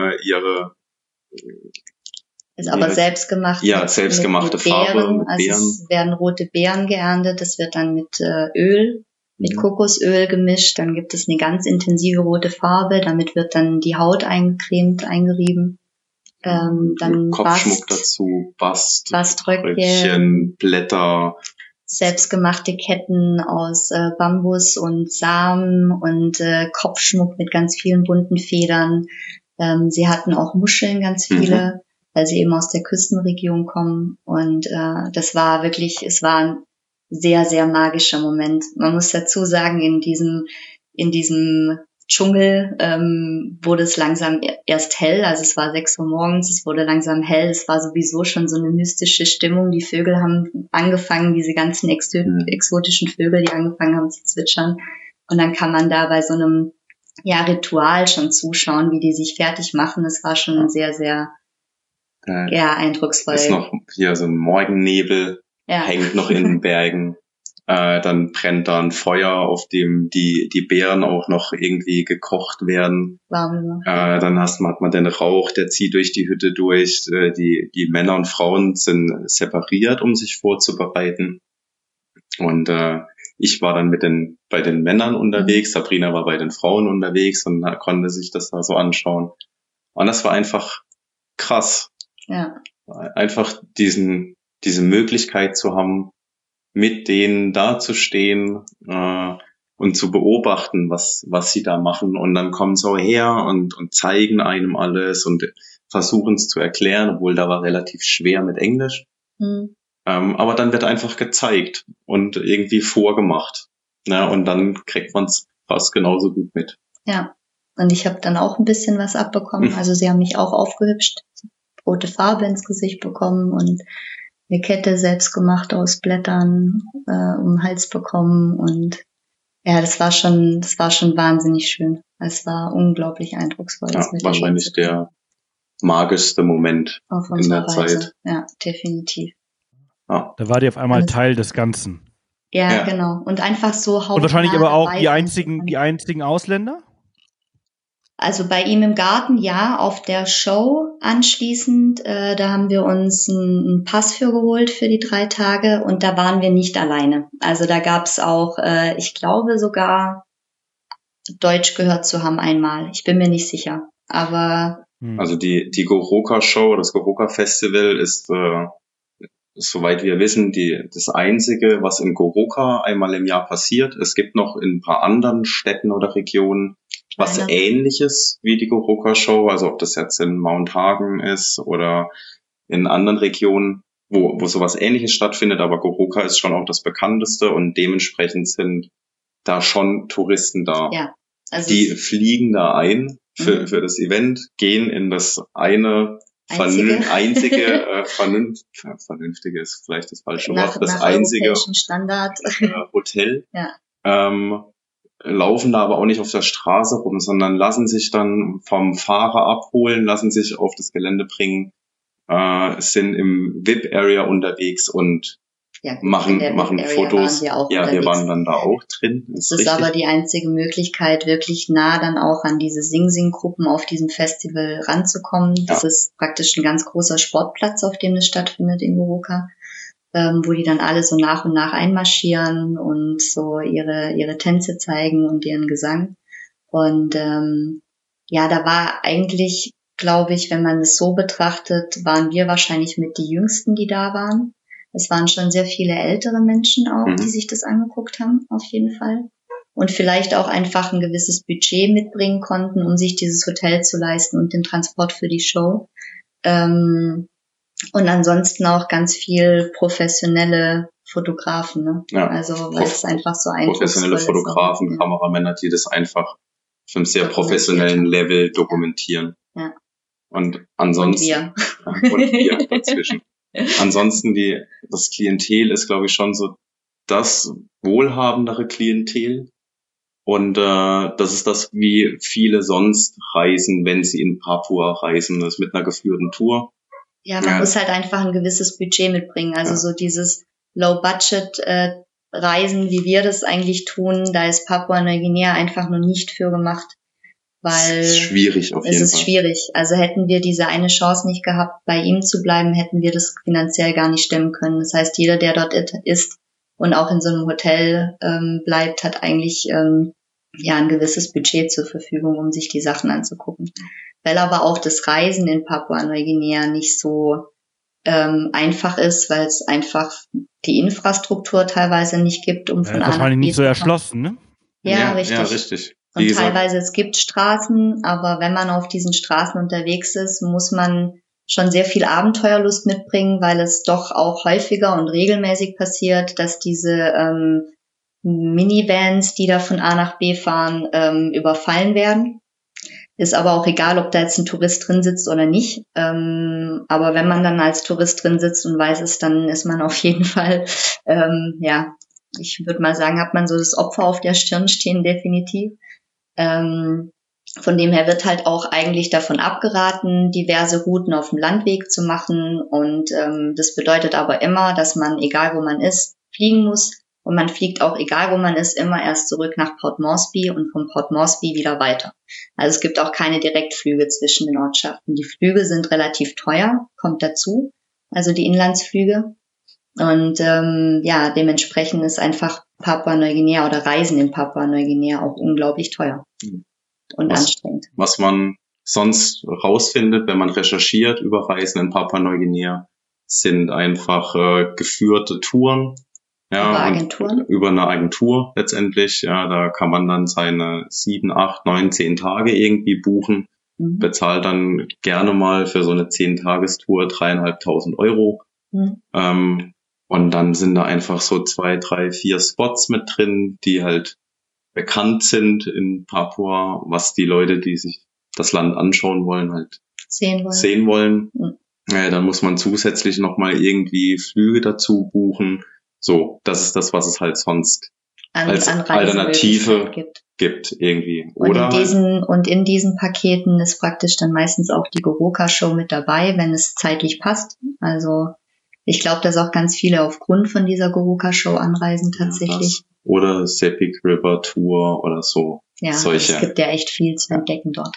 ist aber selbstgemacht. Ja, selbstgemachte mit Farbe. Beeren. Mit also Beeren. Es werden rote Beeren geerntet, das wird dann mit Öl, mit Kokosöl gemischt, dann gibt es eine ganz intensive rote Farbe, damit wird dann die Haut eingecremt, eingerieben. Dann Kopfschmuck dazu, Baströckchen, Blätter, selbstgemachte Ketten aus Bambus und Samen und Kopfschmuck mit ganz vielen bunten Federn. Sie hatten auch Muscheln, ganz viele, weil sie eben aus der Küstenregion kommen. Und das war wirklich, es war sehr, sehr magischer Moment. Man muss dazu sagen, in diesem Dschungel wurde es langsam erst hell, also es war 6 Uhr morgens, es wurde langsam hell, es war sowieso schon so eine mystische Stimmung, die Vögel haben angefangen, diese ganzen exotischen Vögel, die angefangen haben zu zwitschern, und dann kann man da bei so einem Ritual schon zuschauen, wie die sich fertig machen. Es war schon sehr, sehr eindrucksvoll. Ist noch hier so ein Morgennebel, hängt noch in den Bergen. Dann brennt da ein Feuer, auf dem die Beeren auch noch irgendwie gekocht werden. Dann hat man den Rauch, der zieht durch die Hütte durch. Die Männer und Frauen sind separiert, um sich vorzubereiten. Und ich war dann bei den Männern unterwegs, Sabrina war bei den Frauen unterwegs und konnte sich das da so anschauen. Und das war einfach krass. Ja. Einfach diese Möglichkeit zu haben, mit denen dazustehen und zu beobachten, was sie da machen. Und dann kommen sie her und zeigen einem alles und versuchen es zu erklären, obwohl da war relativ schwer mit Englisch. Aber dann wird einfach gezeigt und irgendwie vorgemacht. Ja, und dann kriegt man es fast genauso gut mit. Ja, und ich habe dann auch ein bisschen was abbekommen. Also sie haben mich auch aufgehübscht, rote Farbe ins Gesicht bekommen und eine Kette selbst gemacht aus Blättern um den Hals bekommen, und das war schon wahnsinnig schön. Es war unglaublich eindrucksvoll. Ja, wahrscheinlich der magischste Moment in der Zeit. Ja, definitiv. Ja. Da war die auf einmal Teil des Ganzen. Ja, genau. Und einfach so hautnah. Und wahrscheinlich aber auch die einzigen Ausländer? Also bei ihm im Garten, ja, auf der Show anschließend, da haben wir uns einen Pass für geholt für die 3 Tage, und da waren wir nicht alleine. Also da gab's auch, ich glaube sogar, Deutsch gehört zu haben einmal. Ich bin mir nicht sicher, aber... Also die Goroka-Show, das Goroka-Festival ist, soweit wir wissen, das Einzige, was in Goroka einmal im Jahr passiert. Es gibt noch in ein paar anderen Städten oder Regionen was Ähnliches wie die Goroka-Show, also ob das jetzt in Mount Hagen ist oder in anderen Regionen, wo sowas Ähnliches stattfindet, aber Goroka ist schon auch das bekannteste und dementsprechend sind da schon Touristen da. Ja, also die fliegen da ein für das Event, gehen in das vernünftige ist vielleicht das falsche Wort, das einzige Standard. Hotel. Laufen da aber auch nicht auf der Straße rum, sondern lassen sich dann vom Fahrer abholen, lassen sich auf das Gelände bringen, sind im VIP-Area unterwegs und machen Fotos. Wir waren dann da auch drin. Das ist aber die einzige Möglichkeit, wirklich nah dann auch an diese Sing-Sing-Gruppen auf diesem Festival ranzukommen. Das ist praktisch ein ganz großer Sportplatz, auf dem es stattfindet in Goroka. Wo die dann alle so nach und nach einmarschieren und so ihre Tänze zeigen und ihren Gesang. Und da war eigentlich, glaube ich, wenn man es so betrachtet, waren wir wahrscheinlich mit die Jüngsten, die da waren. Es waren schon sehr viele ältere Menschen auch, die sich das angeguckt haben, auf jeden Fall. Und vielleicht auch einfach ein gewisses Budget mitbringen konnten, um sich dieses Hotel zu leisten und den Transport für die Show. Und ansonsten auch ganz viel professionelle Fotografen, ne? Ja, also weil es einfach so ein professionelle Fotografen, Kameramänner, die das einfach auf einem sehr professionellen Level dokumentieren. Ja. Und ansonsten und wir dazwischen. Ansonsten das Klientel ist, glaube ich, schon so das wohlhabendere Klientel. Und das ist das, wie viele sonst reisen, wenn sie in Papua reisen. Das ist mit einer geführten Tour. Ja, man muss halt einfach ein gewisses Budget mitbringen. Also so dieses Low-Budget-Reisen, wie wir das eigentlich tun, da ist Papua-Neuguinea einfach noch nicht für gemacht. Weil es ist schwierig auf jeden Fall. Es ist schwierig. Also hätten wir diese eine Chance nicht gehabt, bei ihm zu bleiben, hätten wir das finanziell gar nicht stemmen können. Das heißt, jeder, der dort ist und auch in so einem Hotel bleibt, hat eigentlich ein gewisses Budget zur Verfügung, um sich die Sachen anzugucken. Weil aber auch das Reisen in Papua-Neuguinea nicht so einfach ist, weil es einfach die Infrastruktur teilweise nicht gibt, um von A nach B zu kommen. Wahrscheinlich nicht so erschlossen, ne? Ja, richtig. Ja, richtig. Und teilweise, es gibt Straßen, aber wenn man auf diesen Straßen unterwegs ist, muss man schon sehr viel Abenteuerlust mitbringen, weil es doch auch häufiger und regelmäßig passiert, dass diese Minivans, die da von A nach B fahren, überfallen werden. Ist aber auch egal, ob da jetzt ein Tourist drin sitzt oder nicht. Aber wenn man dann als Tourist drin sitzt und weiß es, dann ist man auf jeden Fall, ich würde mal sagen, hat man so das Opfer auf der Stirn stehen, definitiv. Von dem her wird halt auch eigentlich davon abgeraten, diverse Routen auf dem Landweg zu machen. Und das bedeutet aber immer, dass man, egal wo man ist, fliegen muss. Und man fliegt auch, egal wo man ist, immer erst zurück nach Port Moresby und von Port Moresby wieder weiter. Also es gibt auch keine Direktflüge zwischen den Ortschaften. Die Flüge sind relativ teuer, kommt dazu, also die Inlandsflüge. Und dementsprechend ist einfach Papua-Neuguinea oder Reisen in Papua-Neuguinea auch unglaublich teuer und anstrengend. Was man sonst rausfindet, wenn man recherchiert über Reisen in Papua-Neuguinea, sind einfach geführte Touren. Ja, über Agenturen? Über eine Agentur letztendlich. Ja, da kann man dann seine 7, 8, 9, 10 Tage irgendwie buchen. Bezahlt dann gerne mal für so eine 10-Tagestour 3.500 Euro. Und dann sind da einfach so 2, 3, 4 Spots mit drin, die halt bekannt sind in Papua, was die Leute, die sich das Land anschauen wollen, halt sehen wollen. Ja, dann muss man zusätzlich nochmal irgendwie Flüge dazu buchen. So, das ist das, was es halt sonst als Alternative gibt irgendwie. Und in diesen Paketen ist praktisch dann meistens auch die Goroka-Show mit dabei, wenn es zeitlich passt. Also ich glaube, dass auch ganz viele aufgrund von dieser Goroka-Show anreisen tatsächlich. Oder Sepik River Tour oder so. Ja, solche. Es gibt ja echt viel zu entdecken dort.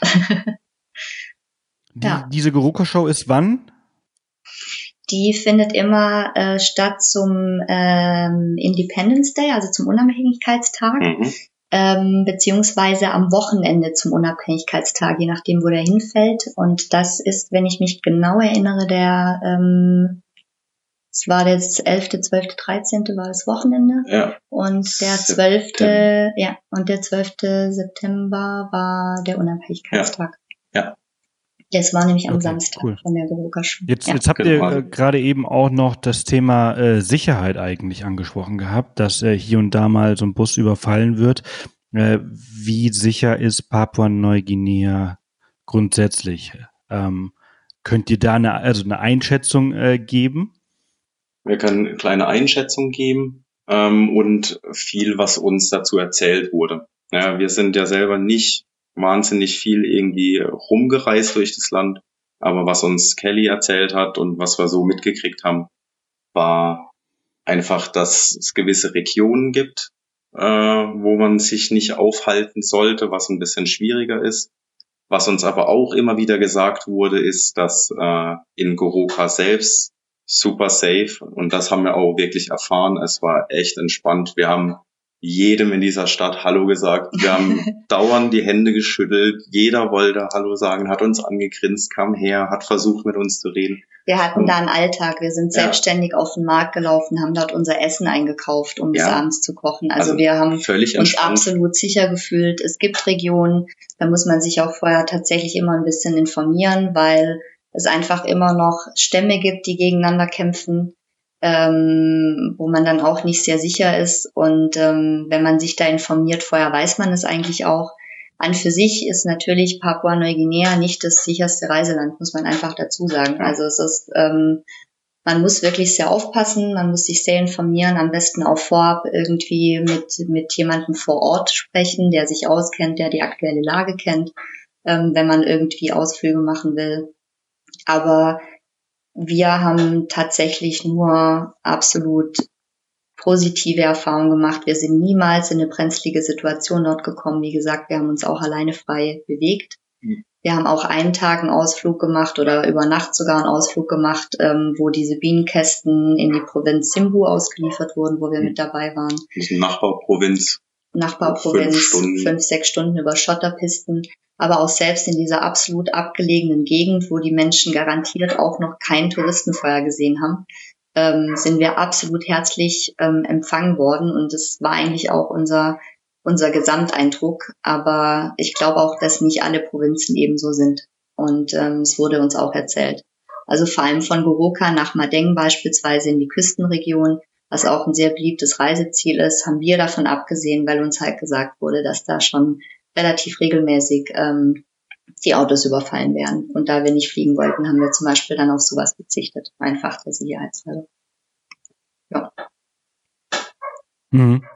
Diese Goroka-Show ist wann? Die findet immer statt zum Independence Day, also zum Unabhängigkeitstag, beziehungsweise am Wochenende zum Unabhängigkeitstag, je nachdem, wo der hinfällt. Und das ist, wenn ich mich genau erinnere, es war das 11., 12., 13. war das Wochenende. Ja. Und der 12. September war der Unabhängigkeitstag. Ja. Das war nämlich am Samstag von der Goroka-Show. Jetzt habt ihr gerade eben auch noch das Thema Sicherheit eigentlich angesprochen gehabt, dass hier und da mal so ein Bus überfallen wird. Wie sicher ist Papua-Neuguinea grundsätzlich? Könnt ihr da eine Einschätzung geben? Wir können eine kleine Einschätzung geben und viel, was uns dazu erzählt wurde. Ja, wir sind ja selber nicht wahnsinnig viel irgendwie rumgereist durch das Land, aber was uns Kelly erzählt hat und was wir so mitgekriegt haben, war einfach, dass es gewisse Regionen gibt, wo man sich nicht aufhalten sollte, was ein bisschen schwieriger ist. Was uns aber auch immer wieder gesagt wurde, ist, dass in Goroka selbst super safe, und das haben wir auch wirklich erfahren. Es war echt entspannt. Wir haben jedem in dieser Stadt Hallo gesagt. Wir haben dauernd die Hände geschüttelt. Jeder wollte Hallo sagen, hat uns angegrinst, kam her, hat versucht, mit uns zu reden. Wir hatten da einen Alltag. Wir sind selbstständig auf den Markt gelaufen, haben dort unser Essen eingekauft, um es abends zu kochen. Also wir haben uns absolut sicher gefühlt. Es gibt Regionen, da muss man sich auch vorher tatsächlich immer ein bisschen informieren, weil es einfach immer noch Stämme gibt, die gegeneinander kämpfen, wo man dann auch nicht sehr sicher ist. Und wenn man sich da informiert, vorher weiß man es eigentlich auch. An für sich ist natürlich Papua-Neuguinea nicht das sicherste Reiseland, muss man einfach dazu sagen. Also es ist, man muss wirklich sehr aufpassen, man muss sich sehr informieren, am besten auch vorab irgendwie mit jemandem vor Ort sprechen, der sich auskennt, der die aktuelle Lage kennt, wenn man irgendwie Ausflüge machen will. Aber wir haben tatsächlich nur absolut positive Erfahrungen gemacht. Wir sind niemals in eine brenzlige Situation dort gekommen. Wie gesagt, wir haben uns auch alleine frei bewegt. Wir haben auch einen Tag einen Ausflug gemacht oder über Nacht sogar einen Ausflug gemacht, wo diese Bienenkästen in die Provinz Simbu ausgeliefert wurden, wo wir mit dabei waren. Das ist eine Nachbarprovinz. 5, 6 Stunden über Schotterpisten. Aber auch selbst in dieser absolut abgelegenen Gegend, wo die Menschen garantiert auch noch kein Touristenfeuer gesehen haben, sind wir absolut herzlich empfangen worden. Und das war eigentlich auch unser Gesamteindruck. Aber ich glaube auch, dass nicht alle Provinzen ebenso sind. Und es wurde uns auch erzählt. Also vor allem von Goroka nach Madeng beispielsweise in die Küstenregion, was auch ein sehr beliebtes Reiseziel ist, haben wir davon abgesehen, weil uns halt gesagt wurde, dass da schon relativ regelmäßig die Autos überfallen werden. Und da wir nicht fliegen wollten, haben wir zum Beispiel dann auf sowas verzichtet. Einfach der Sicherheitshalber. Ja. Mhm.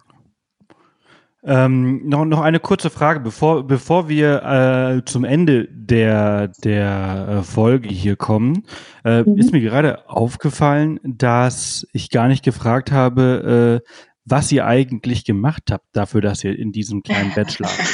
Noch eine kurze Frage, bevor wir zum Ende der Folge hier kommen, ist mir gerade aufgefallen, dass ich gar nicht gefragt habe, was ihr eigentlich gemacht habt dafür, dass ihr in diesem kleinen Bett schlaft.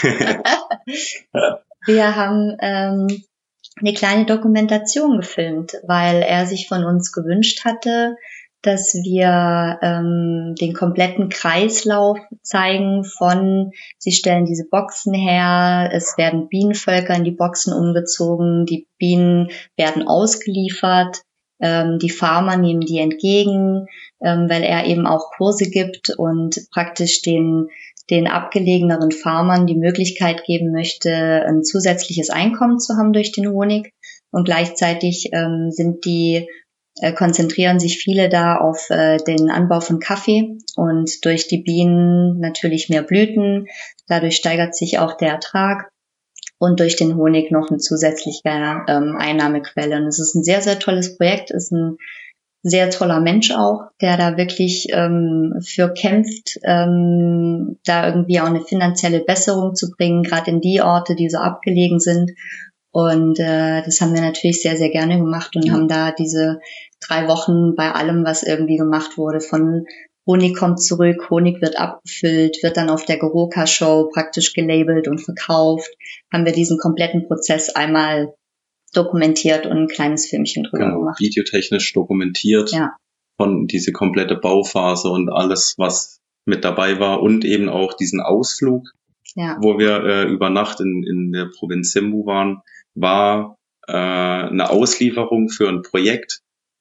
Wir haben eine kleine Dokumentation gefilmt, weil er sich von uns gewünscht hatte, dass wir den kompletten Kreislauf zeigen von, sie stellen diese Boxen her, es werden Bienenvölker in die Boxen umgezogen, die Bienen werden ausgeliefert, die Farmer nehmen die entgegen, weil er eben auch Kurse gibt und praktisch den abgelegeneren Farmern die Möglichkeit geben möchte, ein zusätzliches Einkommen zu haben durch den Honig. Und gleichzeitig konzentrieren sich viele da auf den Anbau von Kaffee und durch die Bienen natürlich mehr Blüten. Dadurch steigert sich auch der Ertrag und durch den Honig noch eine zusätzliche Einnahmequelle. Und es ist ein sehr, sehr tolles Projekt, ist ein sehr toller Mensch auch, der da wirklich für kämpft, da irgendwie auch eine finanzielle Besserung zu bringen, gerade in die Orte, die so abgelegen sind. Und das haben wir natürlich sehr, sehr gerne gemacht und haben da diese 3 Wochen bei allem, was irgendwie gemacht wurde, von Honig kommt zurück, Honig wird abgefüllt, wird dann auf der Goroka-Show praktisch gelabelt und verkauft, haben wir diesen kompletten Prozess einmal dokumentiert und ein kleines Filmchen drüber gemacht. Videotechnisch dokumentiert, von diese komplette Bauphase und alles, was mit dabei war und eben auch diesen Ausflug, wo wir über Nacht in der Provinz Sembu waren, war eine Auslieferung für ein Projekt,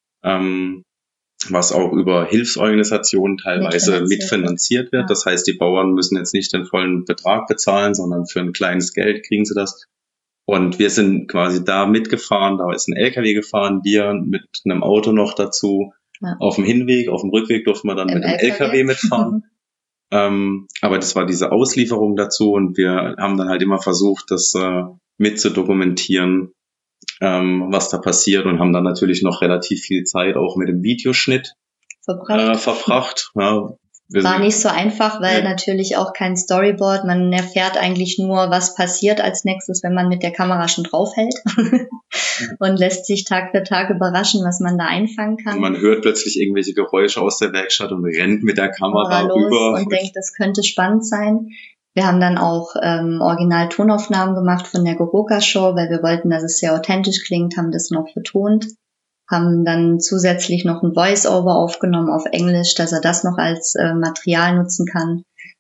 was auch über Hilfsorganisationen teilweise mitfinanziert wird. Das heißt, die Bauern müssen jetzt nicht den vollen Betrag bezahlen, sondern für ein kleines Geld kriegen sie das. Und wir sind quasi da mitgefahren, da ist ein LKW gefahren, wir mit einem Auto noch dazu. Auf dem Hinweg, auf dem Rückweg durften wir dann mit dem LKW mitfahren. Aber das war diese Auslieferung dazu und wir haben dann halt immer versucht, das mit zu dokumentieren, was da passiert und haben dann natürlich noch relativ viel Zeit auch mit dem Videoschnitt verbracht. War nicht so einfach, weil natürlich auch kein Storyboard, man erfährt eigentlich nur, was passiert als nächstes, wenn man mit der Kamera schon draufhält und lässt sich Tag für Tag überraschen, was man da einfangen kann. Und man hört plötzlich irgendwelche Geräusche aus der Werkstatt und rennt mit der Kamera rüber. Und denkt, das könnte spannend sein. Wir haben dann auch Original-Tonaufnahmen gemacht von der Goroka-Show, weil wir wollten, dass es sehr authentisch klingt, haben das noch betont. Haben dann zusätzlich noch ein Voice-Over aufgenommen auf Englisch, dass er das noch als Material nutzen kann,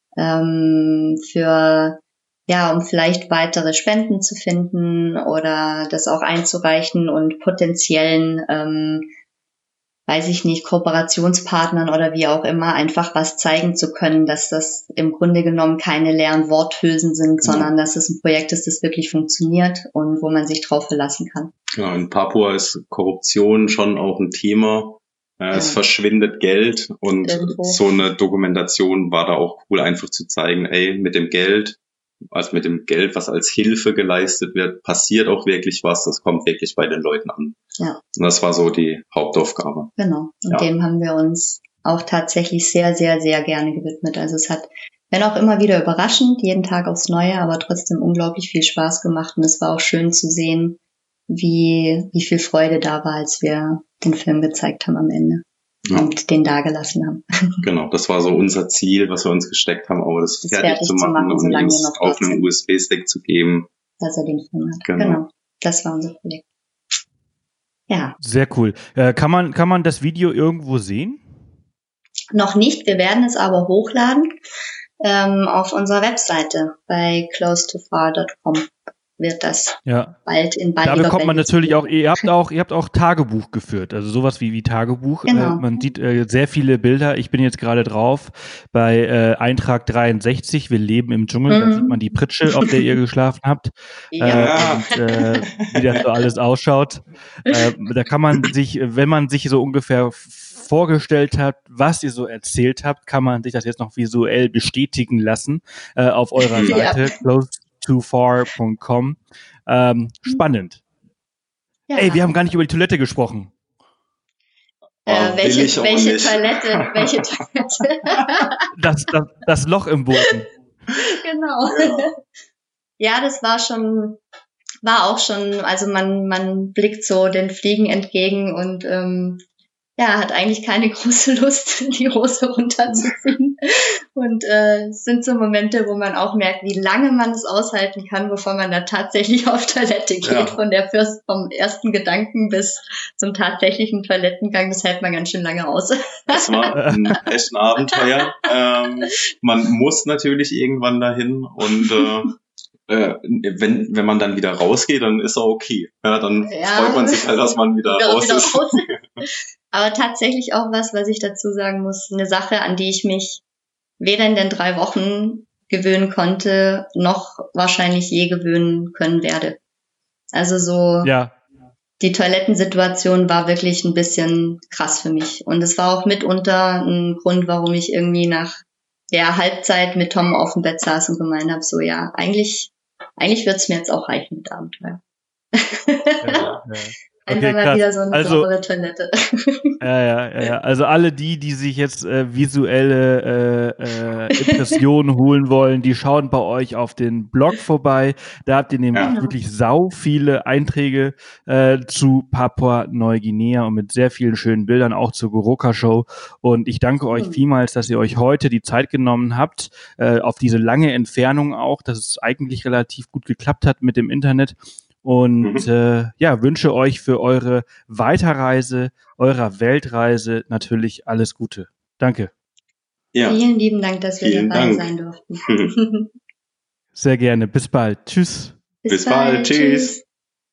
um vielleicht weitere Spenden zu finden oder das auch einzureichen und potenziellen, Kooperationspartnern oder wie auch immer, einfach was zeigen zu können, dass das im Grunde genommen keine leeren Worthülsen sind, sondern dass es ein Projekt ist, das wirklich funktioniert und wo man sich drauf verlassen kann. Ja, in Papua ist Korruption schon auch ein Thema. Es verschwindet Geld und so eine Dokumentation war da auch cool, einfach zu zeigen, mit dem Geld, was als Hilfe geleistet wird, passiert auch wirklich was, das kommt wirklich bei den Leuten an. Ja. Und das war so die Hauptaufgabe. Genau. Und dem haben wir uns auch tatsächlich sehr, sehr, sehr gerne gewidmet. Also es hat, wenn auch immer wieder überraschend, jeden Tag aufs Neue, aber trotzdem unglaublich viel Spaß gemacht. Und es war auch schön zu sehen, wie viel Freude da war, als wir den Film gezeigt haben am Ende. Und den da gelassen haben. Genau, das war so unser Ziel, was wir uns gesteckt haben, aber das fertig zu machen und ihm auf einem USB-Stick zu geben. Dass er den Film hat. Genau. Das war unser Projekt. Ja. Sehr cool. Kann man das Video irgendwo sehen? Noch nicht, wir werden es aber hochladen auf unserer Webseite bei closetofar.com. wird das bald in baldiger Da bekommt man natürlich auch, ihr habt auch Tagebuch geführt, also sowas wie Tagebuch. Genau. Man sieht sehr viele Bilder. Ich bin jetzt gerade drauf bei Eintrag 63, wir leben im Dschungel, da sieht man die Pritsche, auf der ihr geschlafen habt. Und wie das so alles ausschaut. Da kann man sich, wenn man sich so ungefähr vorgestellt hat, was ihr so erzählt habt, kann man sich das jetzt noch visuell bestätigen lassen auf eurer Seite, closetofar.com. Spannend. Ja. Ey, wir haben gar nicht über die Toilette gesprochen. Welche Toilette? Welche Toilette? Das Loch im Boden. Genau. Ja, das war auch schon, also man blickt so den Fliegen entgegen und hat eigentlich keine große Lust, die Hose runterzuziehen. Und es sind so Momente, wo man auch merkt, wie lange man es aushalten kann, bevor man da tatsächlich auf Toilette geht. Ja. Vom ersten Gedanken bis zum tatsächlichen Toilettengang, das hält man ganz schön lange aus. Das war echt ein Abenteuer. Man muss natürlich irgendwann dahin und wenn man dann wieder rausgeht, dann ist er okay. Ja, dann freut man sich halt, dass man wieder raus ist. Aber tatsächlich auch was ich dazu sagen muss, eine Sache, an die ich mich weder in den 3 Wochen gewöhnen konnte, noch wahrscheinlich je gewöhnen können werde. Also die Toilettensituation war wirklich ein bisschen krass für mich. Und es war auch mitunter ein Grund, warum ich irgendwie nach der Halbzeit mit Tom auf dem Bett saß und gemeint habe, so eigentlich wird's mir jetzt auch reichen mit Abenteuer. Okay, einfach mal wieder so eine saubere Toilette. Ja. Also alle die sich jetzt visuelle Impressionen holen wollen, die schauen bei euch auf den Blog vorbei. Da habt ihr nämlich wirklich sau viele Einträge zu Papua-Neuguinea und mit sehr vielen schönen Bildern, auch zur Goroka-Show. Und ich danke euch vielmals, dass ihr euch heute die Zeit genommen habt, auf diese lange Entfernung auch, dass es eigentlich relativ gut geklappt hat mit dem Internet. Und wünsche euch für eure Weiterreise, eurer Weltreise natürlich alles Gute. Danke. Ja. Vielen lieben Dank, dass wir dabei sein durften. Sehr gerne. Bis bald. Tschüss. Bis bald. Tschüss.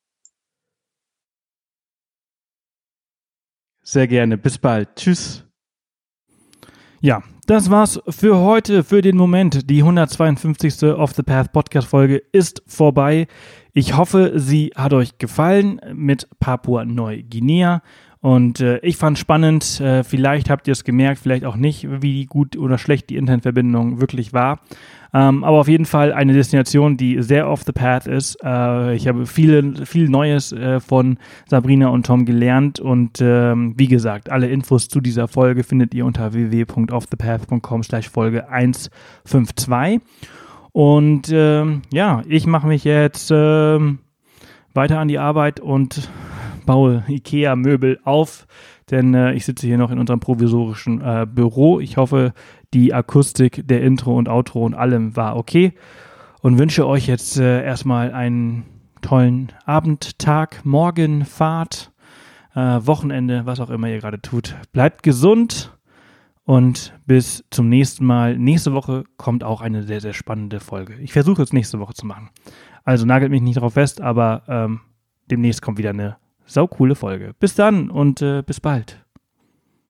Sehr gerne. Bis bald. Tschüss. Ja, das war's für heute, für den Moment. Die 152. Off the Path Podcast-Folge ist vorbei. Ich hoffe, sie hat euch gefallen mit Papua-Neuguinea. Und ich fand spannend, vielleicht habt ihr es gemerkt, vielleicht auch nicht, wie gut oder schlecht die Internetverbindung wirklich war. Aber auf jeden Fall eine Destination, die sehr off the path ist. Ich habe viel Neues von Sabrina und Tom gelernt. Und wie gesagt, alle Infos zu dieser Folge findet ihr unter www.offthepath.com/Folge 152. Und ich mache mich jetzt weiter an die Arbeit und baue Ikea-Möbel auf, denn ich sitze hier noch in unserem provisorischen Büro. Ich hoffe, die Akustik der Intro und Outro und allem war okay und wünsche euch jetzt erstmal einen tollen Abend, Tag, Morgen, Fahrt, Wochenende, was auch immer ihr gerade tut. Bleibt gesund und bis zum nächsten Mal. Nächste Woche kommt auch eine sehr, sehr spannende Folge. Ich versuche es nächste Woche zu machen. Also nagelt mich nicht darauf fest, aber demnächst kommt wieder eine saucoole Folge. Bis dann und bis bald.